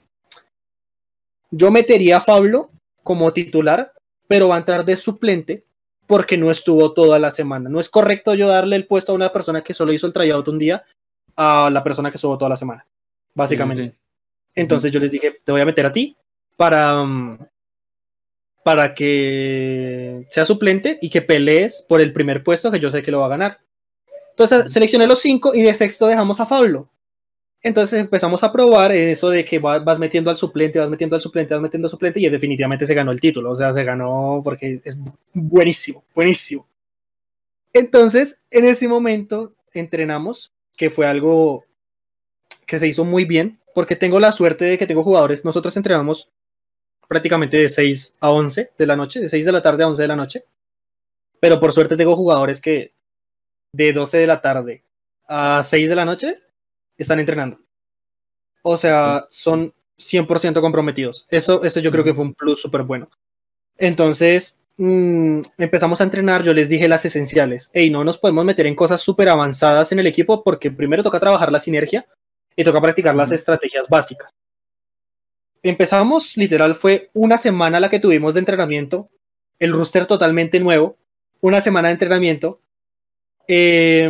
yo metería a Fablo como titular, pero va a entrar de suplente porque no estuvo toda la semana. No es correcto yo darle el puesto a una persona que solo hizo el tryout un día a la persona que estuvo toda la semana, Sí, sí, básicamente. sí. Ujú. Entonces yo les dije, te voy a meter a ti para, um, para que sea suplente y que pelees por el primer puesto que yo sé que lo va a ganar. Entonces Ujú. seleccioné los cinco y de sexto dejamos a Fablo. Entonces empezamos a probar eso de que vas metiendo al suplente, vas metiendo al suplente, vas metiendo al suplente y definitivamente se ganó el título. O sea, se ganó porque es buenísimo, buenísimo. Entonces, en ese momento entrenamos, que fue algo que se hizo muy bien, porque tengo la suerte de que tengo jugadores. Nosotros entrenamos prácticamente de seis a once de la noche, de seis de la tarde a once de la noche. Pero por suerte tengo jugadores que de doce de la tarde a seis de la noche están entrenando. O Ok. sea, son cien por ciento comprometidos. Eso, eso yo creo que Ujú. fue un plus súper bueno. Entonces, mmm, empezamos a entrenar, yo les dije las esenciales. Hey, no nos podemos meter en cosas súper avanzadas en el equipo porque primero toca trabajar la sinergia y toca practicar las Ujú. estrategias básicas. Empezamos, literal, fue una semana la que tuvimos de entrenamiento, el roster totalmente nuevo, una semana de entrenamiento. Eh,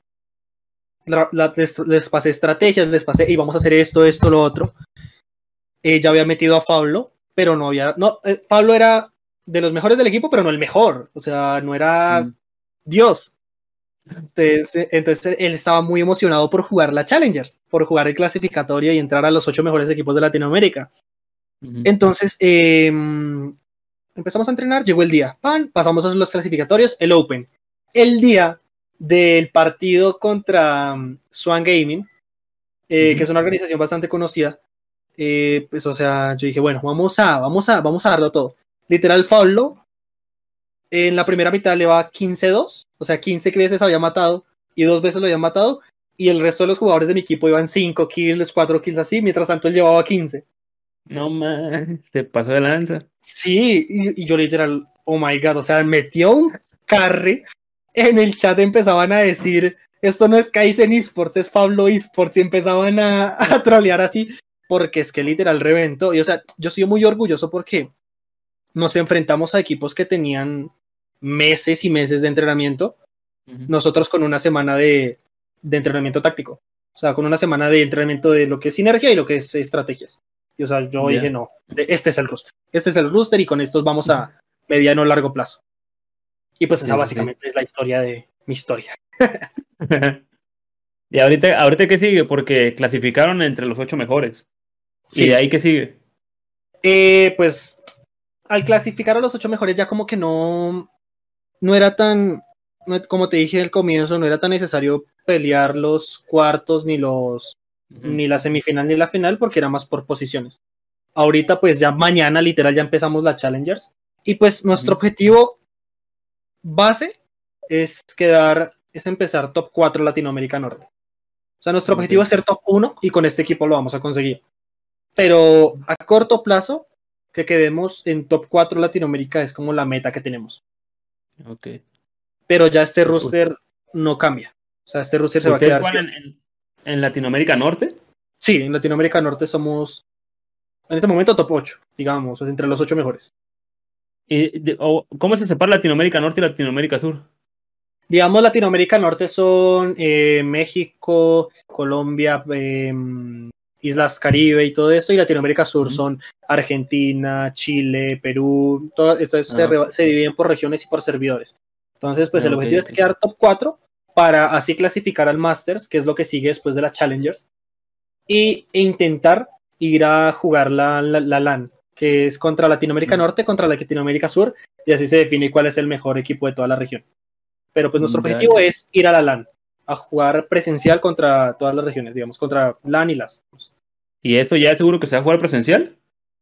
la, la, les, les, pasé estrategias, les pasé, y vamos a hacer esto, esto, lo otro. Eh, ya había metido a Fablo, pero no había, no, eh, Fablo era de los mejores del equipo, pero no el mejor, o sea, no era Mm. Dios. Entonces, entonces él estaba muy emocionado por jugar la Challengers, por jugar el clasificatorio y entrar a los ocho mejores equipos de Latinoamérica. Ujú. Entonces, eh, empezamos a entrenar, llegó el día, pan, pasamos a los clasificatorios, el Open. El día del partido contra um, Swan Gaming, eh, Ujú. que es una organización bastante conocida, eh, pues, o sea, yo dije, bueno, vamos a, vamos a, vamos a darlo todo. Literal, Fablo, eh, en la primera mitad le va quince dos, o sea, quince veces había matado y dos veces lo habían matado, y el resto de los jugadores de mi equipo iban cinco kills, cuatro kills así, mientras tanto él llevaba quince. No más, se pasó de lanza. Sí, y, y yo literal, oh my god, o sea, metió un carry. En el chat empezaban a decir, esto no es Kaizen Esports, es Pablo Esports, y empezaban a, a trolear así, porque es que literal reventó. Y o sea, yo estoy muy orgulloso porque nos enfrentamos a equipos que tenían meses y meses de entrenamiento, Ujú. nosotros con una semana de, de entrenamiento táctico. O sea, con una semana de entrenamiento de lo que es sinergia y lo que es estrategias. Y o sea, yo dije, Ya. no, este es el roster. Este es el roster y con estos vamos a mediano o largo plazo. Y pues esa Sí, sí, sí. básicamente es la historia de mi historia. Y ahorita, ahorita qué sigue, porque clasificaron entre los ocho mejores. Y de Sí, ahí qué sigue. eh, pues al clasificar a los ocho mejores ya como que no, no era tan, no, como te dije al comienzo, no era tan necesario pelear los cuartos ni los Ujú. ni la semifinal ni la final porque era más por posiciones. Ahorita pues ya mañana literal ya empezamos la Challengers y pues nuestro Ujú. objetivo base es quedar es empezar top cuatro Latinoamérica Norte. O sea, nuestro Ok. objetivo es ser top uno y con este equipo lo vamos a conseguir. Pero a corto plazo, que quedemos en top cuatro Latinoamérica es como la meta que tenemos. Ok. Pero ya este Pues, u- roster no cambia. O sea, este roster se va a ¿Ustedes quedar así. juegan en, en- en Latinoamérica Norte? Sí, en Latinoamérica Norte somos, en este momento, top ocho, digamos, o sea, entre los ocho mejores. ¿Y de- o cómo se separa Latinoamérica Norte y Latinoamérica Sur? Digamos, Latinoamérica Norte son eh, México, Colombia, eh, Islas Caribe y todo eso, y Latinoamérica Sur Ujú. son Argentina, Chile, Perú, todo esto se, Ah, re- se dividen por regiones y por servidores. Entonces, pues ah, el ok, objetivo es ok. quedar top cuatro para así clasificar al Masters, que es lo que sigue después de la Challengers, y, e intentar ir a jugar la, la, la LAN, que es contra Latinoamérica Mm, Norte, contra Latinoamérica Sur, y así se define cuál es el mejor equipo de toda la región. Pero pues nuestro mm, ya, objetivo ya. es ir a la LAN, a jugar presencial contra todas las regiones, digamos, contra LAN y las. ¿Y eso ya es seguro que se va a jugar presencial?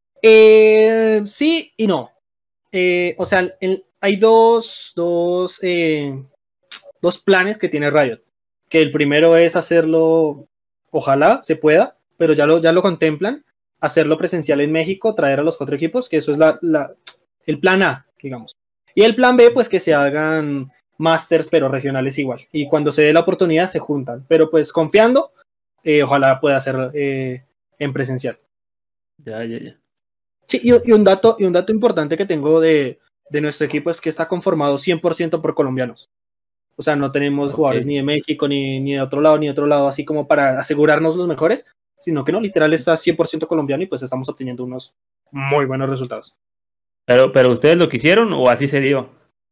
Eh, sí y no. Eh, o sea, el, hay dos, dos, eh, dos planes que tiene Riot. Que el primero es hacerlo, ojalá se pueda, pero ya lo, ya lo contemplan, hacerlo presencial en México, traer a los cuatro equipos, que eso es la, la, el plan A, digamos. Y el plan B, pues que se hagan masters, pero regionales igual. Y cuando se dé la oportunidad, se juntan. Pero pues confiando, eh, ojalá pueda ser eh, en presencial. Ya, ya, ya. Sí, y, y, un dato, y un dato importante que tengo de, de nuestro equipo es que está conformado cien por ciento por colombianos. O sea, no tenemos Ok. jugadores ni de México, ni, ni de otro lado, ni de otro lado, así como para asegurarnos los mejores, sino que no, literal está cien por ciento colombiano y pues estamos obteniendo unos muy buenos resultados. Pero, pero ¿ustedes lo quisieron o así se dio?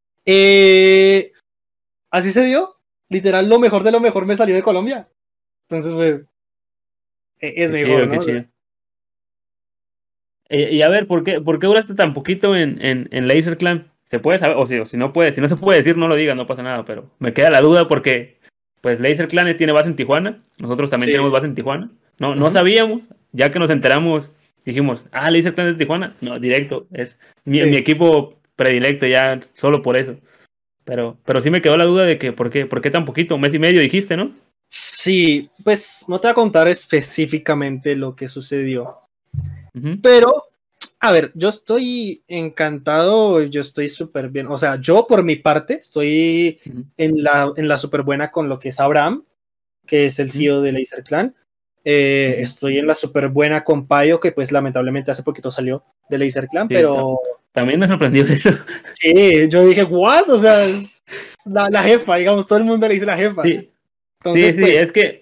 Eh, así se dio. Literal, lo mejor de lo mejor me salió de Colombia. Entonces, pues, es Qué mejor, chido, qué ¿no? chido. Eh, y a ver, ¿por qué, por qué duraste tan poquito en, en, en Laser Clan? ¿Se puede saber? O si, o si no puede, si no se puede decir, no lo digas, no pasa nada, pero me queda la duda porque, pues, Laser Clan tiene base en Tijuana, nosotros también tenemos Sí. base en Tijuana. No, no Uh-huh. sabíamos, ya que nos enteramos, dijimos, ah, Laser Clan es de Tijuana. No, directo, es mi, mi Sí. equipo predilecto ya, solo por eso. Pero, pero sí me quedó la duda de que, ¿por qué, por qué tan poquito? Un mes y medio dijiste, ¿no? Sí, pues no te voy a contar específicamente lo que sucedió. Ujú. Pero, a ver, yo estoy encantado, yo estoy súper bien. O sea, yo por mi parte estoy Ujú. en la, en la súper buena con lo que es Abraham, que es el Ujú. C E O de Laser Clan. Eh, Ujú. estoy en la súper buena con Payo, que pues lamentablemente hace poquito salió de Laser Clan, Sí, ta- pero también me sorprendió eso. sí, yo dije, ¿what? O sea, es la, la jefa, digamos, todo el mundo le dice la jefa. Sí, sí, Entonces, sí, pues, es que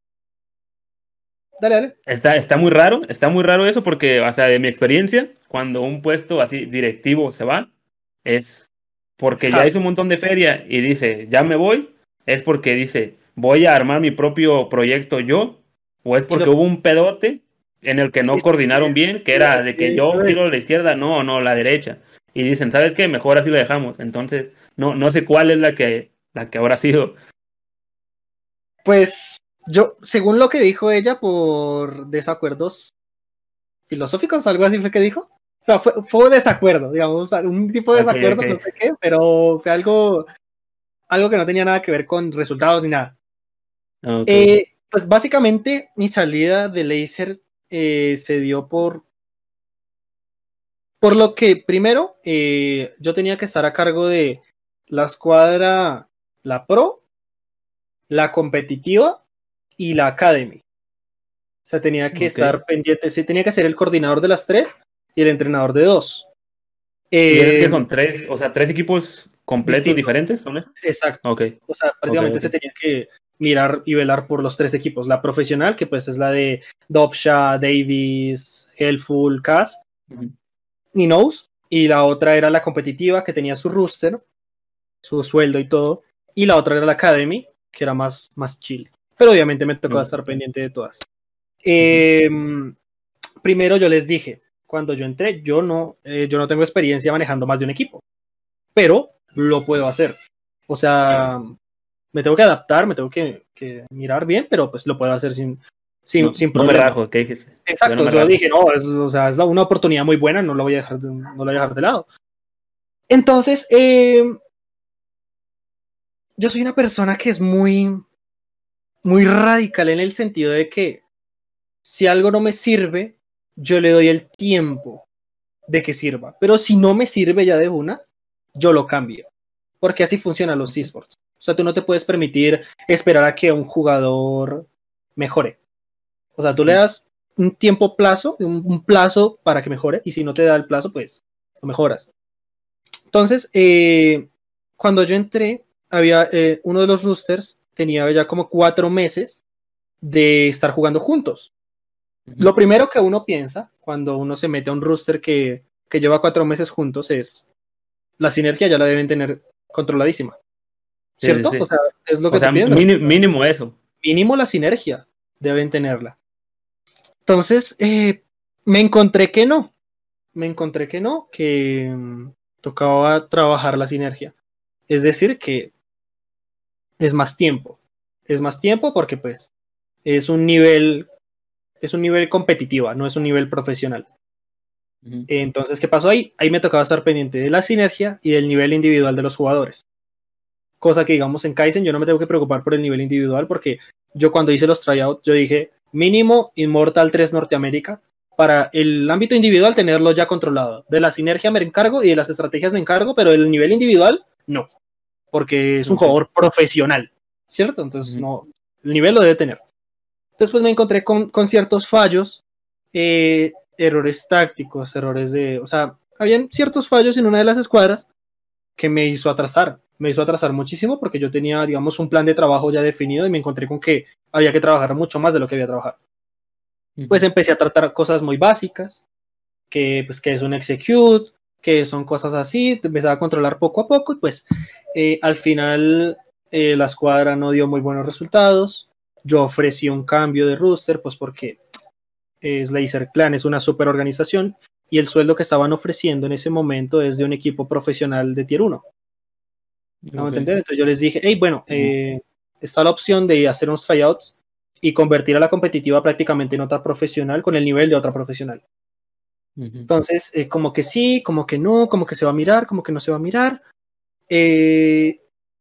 dale, dale. Está, está muy raro, está muy raro eso porque, o sea, de mi experiencia, cuando un puesto así directivo se va, es porque ya Ja, hizo un montón de feria y dice, ya me voy, es porque dice, voy a armar mi propio proyecto yo, o es y lo porque hubo un pedote en el que no que coordinaron bien, que iba a era de que decir, yo giro a la izquierda, no, no, la derecha. Y dicen, ¿sabes qué? Mejor así lo dejamos. Entonces, no, no sé cuál es la que, la que habrá sido. pues yo, según lo que dijo ella, por desacuerdos filosóficos, algo así fue que dijo. O sea, fue, fue un desacuerdo, digamos, un tipo de Ok, desacuerdo, no ok. sé qué, pero fue algo, algo que no tenía nada que ver con resultados ni nada. Ok. Eh, pues básicamente mi salida de Laser eh, se dio por, por lo que primero eh, yo tenía que estar a cargo de la escuadra, la Pro, la competitiva y la Academy. O sea, tenía que Ok. estar pendiente, sí, tenía que ser el coordinador de las tres y el entrenador de dos. ¿Y esos que Eh, son tres, o sea, tres equipos completos distinto, diferentes? ¿Son esos? exacto. Ok, O sea, ok, prácticamente ok. se tenía que mirar y velar por los tres equipos. La profesional, que pues es la de Dobsha, Davis, Helpful, Cass Ujú. y Nose. Y la otra era la competitiva, que tenía su roster, su sueldo y todo. Y la otra era la Academy, que era más, más chill. Pero obviamente me tocó Ok. estar pendiente de todas. Ujú. Eh, primero yo les dije, cuando yo entré, yo no, eh, yo no tengo experiencia manejando más de un equipo, pero lo puedo hacer. O sea, me tengo que adaptar, me tengo que, que mirar bien, pero pues lo puedo hacer sin, sin, No, sin no me problema. rajo, ¿qué dijiste? Yo no Exacto, me yo rajo. dije, no, es, o sea, es una oportunidad muy buena, no la voy a dejar de, no la voy a dejar de lado. Entonces, eh, yo soy una persona que es muy, muy radical en el sentido de que si algo no me sirve, yo le doy el tiempo de que sirva. Pero si no me sirve ya de una, yo lo cambio. Porque así funcionan los esports. O sea, tú no te puedes permitir esperar a que un jugador mejore. O sea, tú le das un tiempo plazo, un, un plazo para que mejore, y si no te da el plazo, pues lo mejoras. Entonces, eh, cuando yo entré, había eh, uno de los roosters tenía ya como cuatro meses de estar jugando juntos. Uh-huh. Lo primero que uno piensa cuando uno se mete a un rooster que, que lleva cuatro meses juntos es la sinergia ya la deben tener controladísima. ¿Cierto? Sí, sí. O sea, es lo que o sea, tú piensas. Mínimo, mínimo eso. Mínimo la sinergia deben tenerla. Entonces, eh, me encontré que no. Me encontré que no, que um, tocaba trabajar la sinergia. Es decir, que es más tiempo. Es más tiempo porque, pues, es un nivel, es un nivel competitivo, no es un nivel profesional. Uh-huh. Entonces, ¿qué pasó ahí? Ahí me tocaba estar pendiente de la sinergia y del nivel individual de los jugadores. Cosa que, digamos, en Kaizen yo no me tengo que preocupar por el nivel individual porque yo cuando hice los tryouts, yo dije mínimo Immortal tres Norteamérica para el ámbito individual tenerlo ya controlado. De la sinergia me encargo y de las estrategias me encargo, pero el nivel individual no, porque es un okay. jugador profesional, ¿cierto? Entonces, uh-huh. no, el nivel lo debe tener. Entonces, pues me encontré con, con ciertos fallos, eh, errores tácticos, errores de, o sea, habían ciertos fallos en una de las escuadras que me hizo atrasar, me hizo atrasar muchísimo porque yo tenía, digamos, un plan de trabajo ya definido y me encontré con que había que trabajar mucho más de lo que había trabajado. Uh-huh. Pues empecé a tratar cosas muy básicas, que, pues, que es un execute, que son cosas así, empezaba a controlar poco a poco y pues eh, al final eh, la escuadra no dio muy buenos resultados. Yo ofrecí un cambio de rooster, pues porque eh, Slazer Clan es una super organización y el sueldo que estaban ofreciendo en ese momento es de un equipo profesional de tier uno. ¿No okay. entender? Entonces yo les dije, hey, bueno, uh-huh. eh, está la opción de hacer unos tryouts y convertir a la competitiva prácticamente en otra profesional con el nivel de otra profesional. Uh-huh. Entonces, eh, como que sí, como que no, como que se va a mirar, como que no se va a mirar. Eh,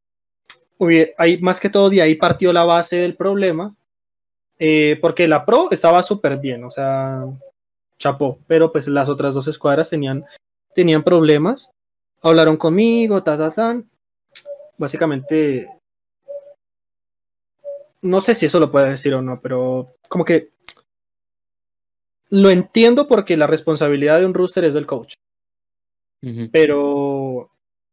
hay, más que todo de ahí partió la base del problema, eh, porque la Pro estaba súper bien, o sea, chapó, pero pues las otras dos escuadras tenían, tenían problemas, hablaron conmigo, ta, ta, ta. Básicamente, no sé si eso lo puede decir o no, pero como que lo entiendo porque la responsabilidad de un rooster es del coach. Uh-huh. Pero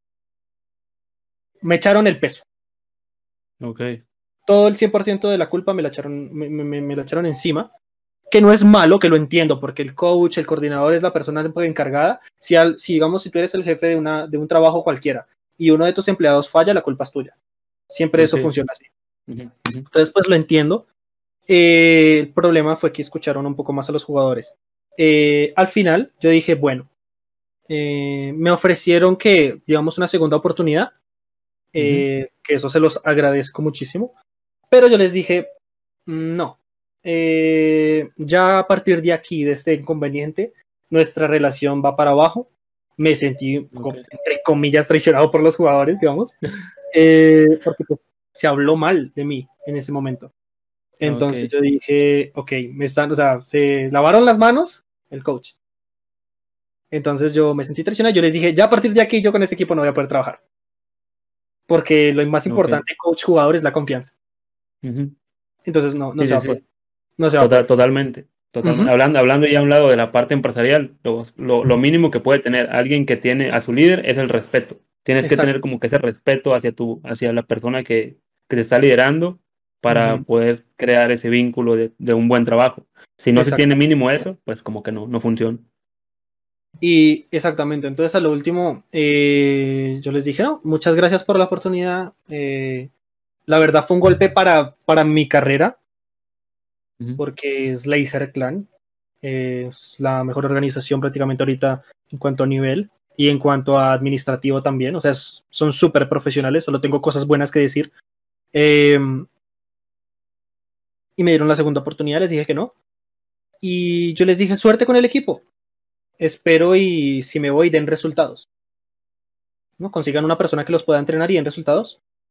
me echaron el peso. Okay. Todo el cien por ciento de la culpa me la echaron, me, me, me la echaron encima. Que no es malo, que lo entiendo, porque el coach, el coordinador es la persona encargada. Si, al, si digamos, si tú eres el jefe de, una, de un trabajo cualquiera y uno de tus empleados falla, la culpa es tuya. Siempre okay. Eso funciona así. Uh-huh. Uh-huh. Entonces, pues lo entiendo. Eh, el problema fue que escucharon un poco más a los jugadores. Eh, al final, yo dije, bueno, eh, me ofrecieron que, digamos, una segunda oportunidad, eh, uh-huh. que eso se los agradezco muchísimo, pero yo les dije, no, eh, ya a partir de aquí, de este inconveniente, nuestra relación va para abajo. Me sentí, okay. entre comillas, traicionado por los jugadores, digamos, eh, porque pues, se habló mal de mí en ese momento. Entonces okay. yo dije, ok, me están, o sea, se lavaron las manos el coach. Entonces yo me sentí traicionado. Yo les dije, ya a partir de aquí yo con este equipo no voy a poder trabajar. Porque lo más importante, okay. coach-jugador, es la confianza. Uh-huh. Entonces no, no sí, se va sí, a poder. Sí. No se va Total, a poder. Totalmente. totalmente. Uh-huh. hablando, hablando ya a un lado de la parte empresarial, lo, lo, lo mínimo que puede tener alguien que tiene a su líder es el respeto. Tienes Exacto. que tener como que ese respeto hacia, tu, hacia la persona que, que te está liderando para uh-huh. poder crear ese vínculo de, de un buen trabajo. Si no se tiene mínimo eso, pues como que no, no funciona. Y exactamente, entonces a lo último eh, yo les dije, no, muchas gracias por la oportunidad. Eh, la verdad fue un golpe para, para mi carrera, uh-huh. porque Slazer Clan eh, es la mejor organización prácticamente ahorita en cuanto a nivel y en cuanto a administrativo también. O sea, es, son súper profesionales, solo tengo cosas buenas que decir. Eh, y me dieron la segunda oportunidad, les dije que no. Y yo les dije, suerte con el equipo. Espero y si me voy den resultados, ¿no? Consigan una persona que los pueda entrenar y den resultados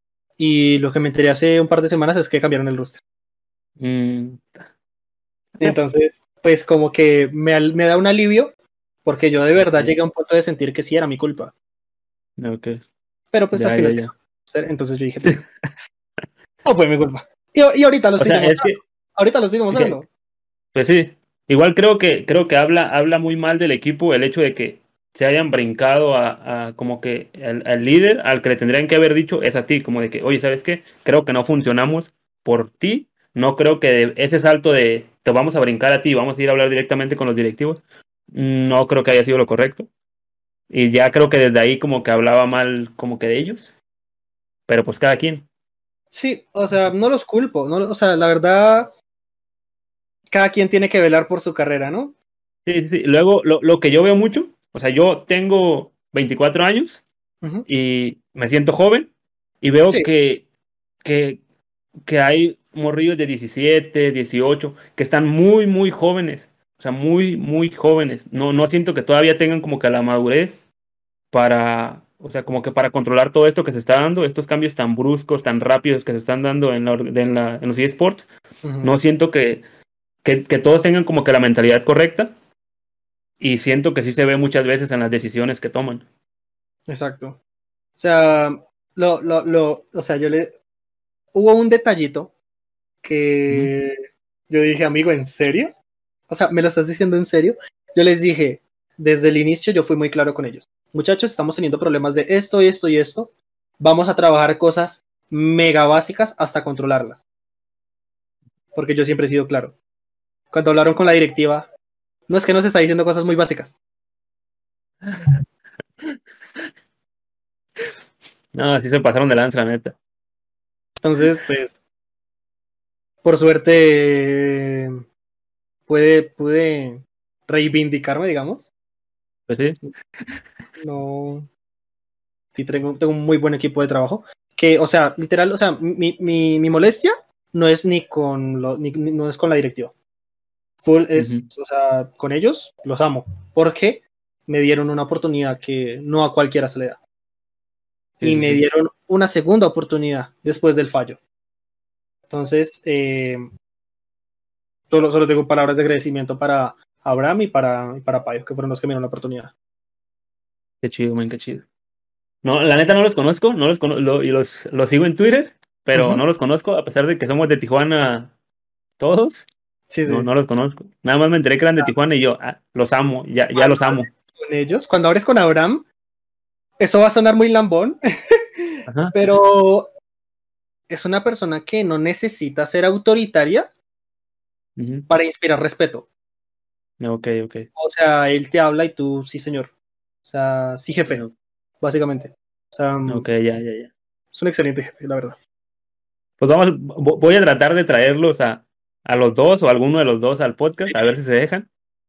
Y lo que me enteré hace un par de semanas es que cambiaron el roster. Mm, Entonces, pues como que me, al- me da un alivio, porque yo de verdad ok, llegué a un punto de sentir que sí era mi culpa. ok, Pero pues al ya, ya, final se ya. cambió el roster, entonces yo dije, pues no fue mi culpa. Y, y ahorita lo O estoy sea, es demostrando. que, Ahorita lo estoy que- demostrando. pues sí, igual creo que, creo que habla, habla muy mal del equipo el hecho de que se hayan brincado a, a como que al, al líder, al que le tendrían que haber dicho es a ti, como de que, oye, ¿sabes qué? Creo que no funcionamos por ti, no creo que de- ese salto de te vamos a brincar a ti, vamos a ir a hablar directamente con los directivos, no creo que haya sido lo correcto. Y ya creo que desde ahí como que hablaba mal como que de ellos, pero pues cada quien. Sí, o sea, no los culpo, no, o sea, la verdad, cada quien tiene que velar por su carrera, ¿no? Sí, sí, sí. Luego, lo, lo que yo veo mucho, o sea, yo tengo veinticuatro años Ujú. y me siento joven y veo Sí, que, que, que hay morrillos de diecisiete dieciocho que están muy, muy jóvenes, o sea, muy, muy jóvenes. No, no siento que todavía tengan como que la madurez para, o sea, como que para controlar todo esto que se está dando, estos cambios tan bruscos, tan rápidos que se están dando en, la, or- en, la- en los eSports. ujú, No siento que, que, que todos tengan como que la mentalidad correcta y siento que sí se ve muchas veces en las decisiones que toman. exacto. O sea, lo, lo, lo, o sea, yo le, hubo un detallito Ujú. que yo dije, amigo, ¿en serio? O sea, ¿me lo estás diciendo en serio? Yo les dije, desde el inicio yo fui muy claro con ellos. Muchachos, estamos teniendo problemas de esto, esto y esto. Vamos a trabajar cosas mega básicas hasta controlarlas. Porque yo siempre he sido claro. Cuando hablaron con la directiva, no es que nos está diciendo cosas muy básicas. No, sí se pasaron de lanza, la neta. Entonces, pues, por suerte, pude, pude reivindicarme, digamos. Pues sí. No, sí tengo, tengo un muy buen equipo de trabajo. Que, o sea, literal, o sea, mi, mi, mi molestia no es ni con lo, ni, ni- no es con la directiva. Full es, Ujú. o sea, con ellos los amo. Porque me dieron una oportunidad que no a cualquiera se le da. Sí, Y sí, me sí. dieron una segunda oportunidad después del fallo. Entonces, eh, solo, solo tengo palabras de agradecimiento para Abraham y para, y para Payo, que fueron los que me dieron la oportunidad. Qué chido, man, qué chido. No, la neta no los conozco, no los conozco, y los, los sigo en Twitter, pero Ujú. no los conozco, a pesar de que somos de Tijuana todos, Sí, no, sí. no los conozco. Nada más me enteré que eran de Tijuana y yo, ah, los amo, ya, ya Cuando los amo. hables con ellos, cuando hables con Abraham, eso va a sonar muy lambón, Ajá. pero es una persona que no necesita ser autoritaria Ujú. para inspirar respeto. Ok, ok. O sea, él te habla y tú, sí, señor. O sea, sí, jefe, No, básicamente. O sea, ok, ya, ya, ya. es un excelente jefe, la verdad. Pues vamos, vo- voy a tratar de traerlos a, a los dos o a alguno de los dos al podcast, a ver si se dejan.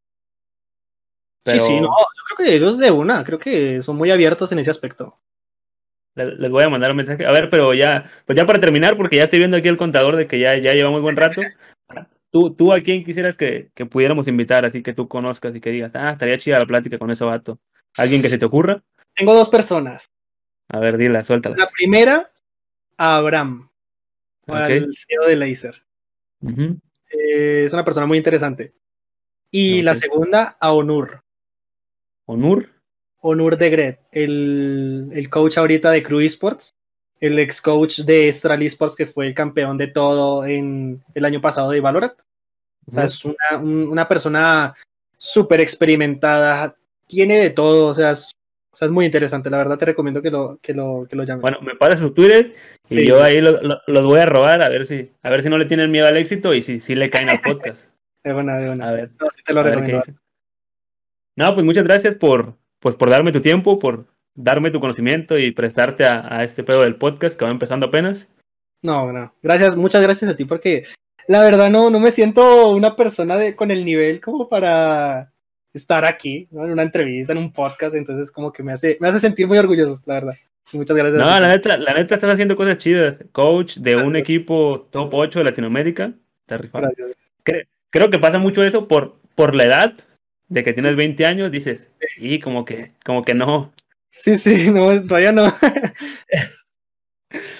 Sí, sí, no, Pero yo creo que ellos de una, creo que son muy abiertos en ese aspecto. le- les voy a mandar un mensaje. A ver, pero ya, pues ya para terminar, porque ya estoy viendo aquí el contador de que ya, ya llevamos buen rato. ¿Tú, tú a quién quisieras que, que pudiéramos invitar, así que tú conozcas y que digas, ah, estaría chida la plática con ese vato? ¿Alguien que se te ocurra? Tengo dos personas. A ver, dilas, La suéltalas. primera, a Abraham, Ok. al C E O de Laser. Ujú. Eh, es una persona muy interesante. Y Ok. la segunda, a Onur. ¿Onur? Onur de Gret, el, el coach ahorita de Crew Esports, el ex coach de Estral Esports que fue el campeón de todo en el año pasado de Valorant. O sea, Ujú. es una, un- una persona súper experimentada, tiene de todo, o sea, es, o sea, es muy interesante. La verdad te recomiendo que lo, que lo, que lo Bueno, llames. me pasas su Twitter y Sí, yo sí, ahí lo- lo- los voy a robar a ver si, a ver si no le tienen miedo al éxito y si, si le caen al podcast. de buena, de A buena. ver, No, sí te lo a ver qué recomiendo. dicen. No, pues muchas gracias por, pues por darme tu tiempo, por darme tu conocimiento y prestarte a, a este pedo del podcast que va empezando apenas. No, no. Gracias, muchas gracias a ti porque la verdad no, no me siento una persona de, con el nivel como para estar aquí, ¿no? En una entrevista, en un podcast, entonces como que me hace, me hace sentir muy orgulloso, la verdad. Y muchas gracias No, a ti la también. neta, la neta estás haciendo cosas chidas. Coach de un equipo top ocho de Latinoamérica. Está rifado. Gracias. Cre- creo que pasa mucho eso por, por la edad de que tienes veinte años, dices, y como que, como que no. Sí, sí, no, todavía no.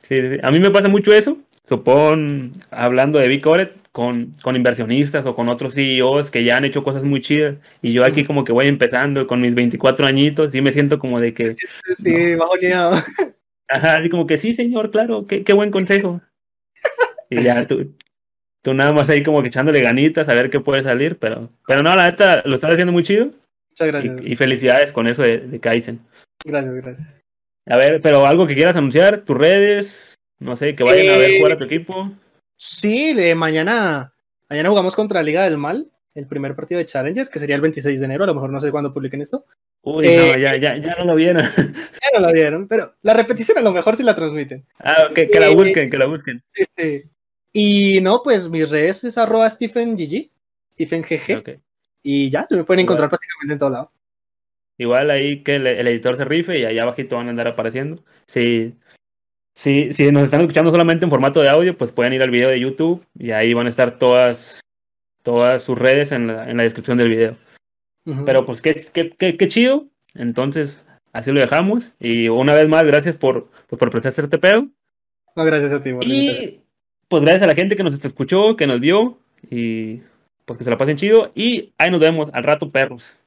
Sí, sí, sí. A mí me pasa mucho eso, supón, hablando de Bicoret, con, con inversionistas o con otros C E Os que ya han hecho cosas muy chidas, y yo aquí Ujú. como que voy empezando con mis veinticuatro añitos, y me siento como de Se que, siente, no, sí, bajoneado. ajá, así como que sí, señor, claro, qué, qué buen consejo. Y ya tú, tú nada más ahí como que echándole ganitas a ver qué puede salir, pero, pero no, la neta, lo estás haciendo muy chido, Muchas y, gracias. y felicidades con eso de, de Kaizen. Gracias, gracias. A ver, pero algo que quieras anunciar, tus redes, no sé, que vayan a ver jugar Eh, a tu equipo. sí, le- mañana, mañana jugamos contra Liga del Mal, el primer partido de Challengers, que sería el veintiséis de enero, a lo mejor no sé cuándo publiquen esto. Uy, Eh, no, ya, ya, ya no lo vieron. ya no la vieron, pero la repetición a lo mejor sí la transmiten. Ah, que, que la Eh, busquen, que la busquen. sí, sí. Y no, pues mis redes es arroba Stephen G G, Stephen G G, Ok. y ya, me pueden encontrar Igual, prácticamente en todo lado. igual ahí que el, el editor se rife y allá abajito van a andar apareciendo. Si, si, si nos están escuchando solamente en formato de audio, pues pueden ir al video de YouTube y ahí van a estar todas, todas sus redes en la, en la descripción del video. Ujú. Pero pues qué, qué, qué, qué chido. Entonces, así lo dejamos. Y una vez más, gracias por, pues, por prestarse este pedo. No, gracias a ti por la invitación. Y pues gracias a la gente que nos escuchó, que nos vio. Y pues que se la pasen chido. Y ahí nos vemos al rato, perros.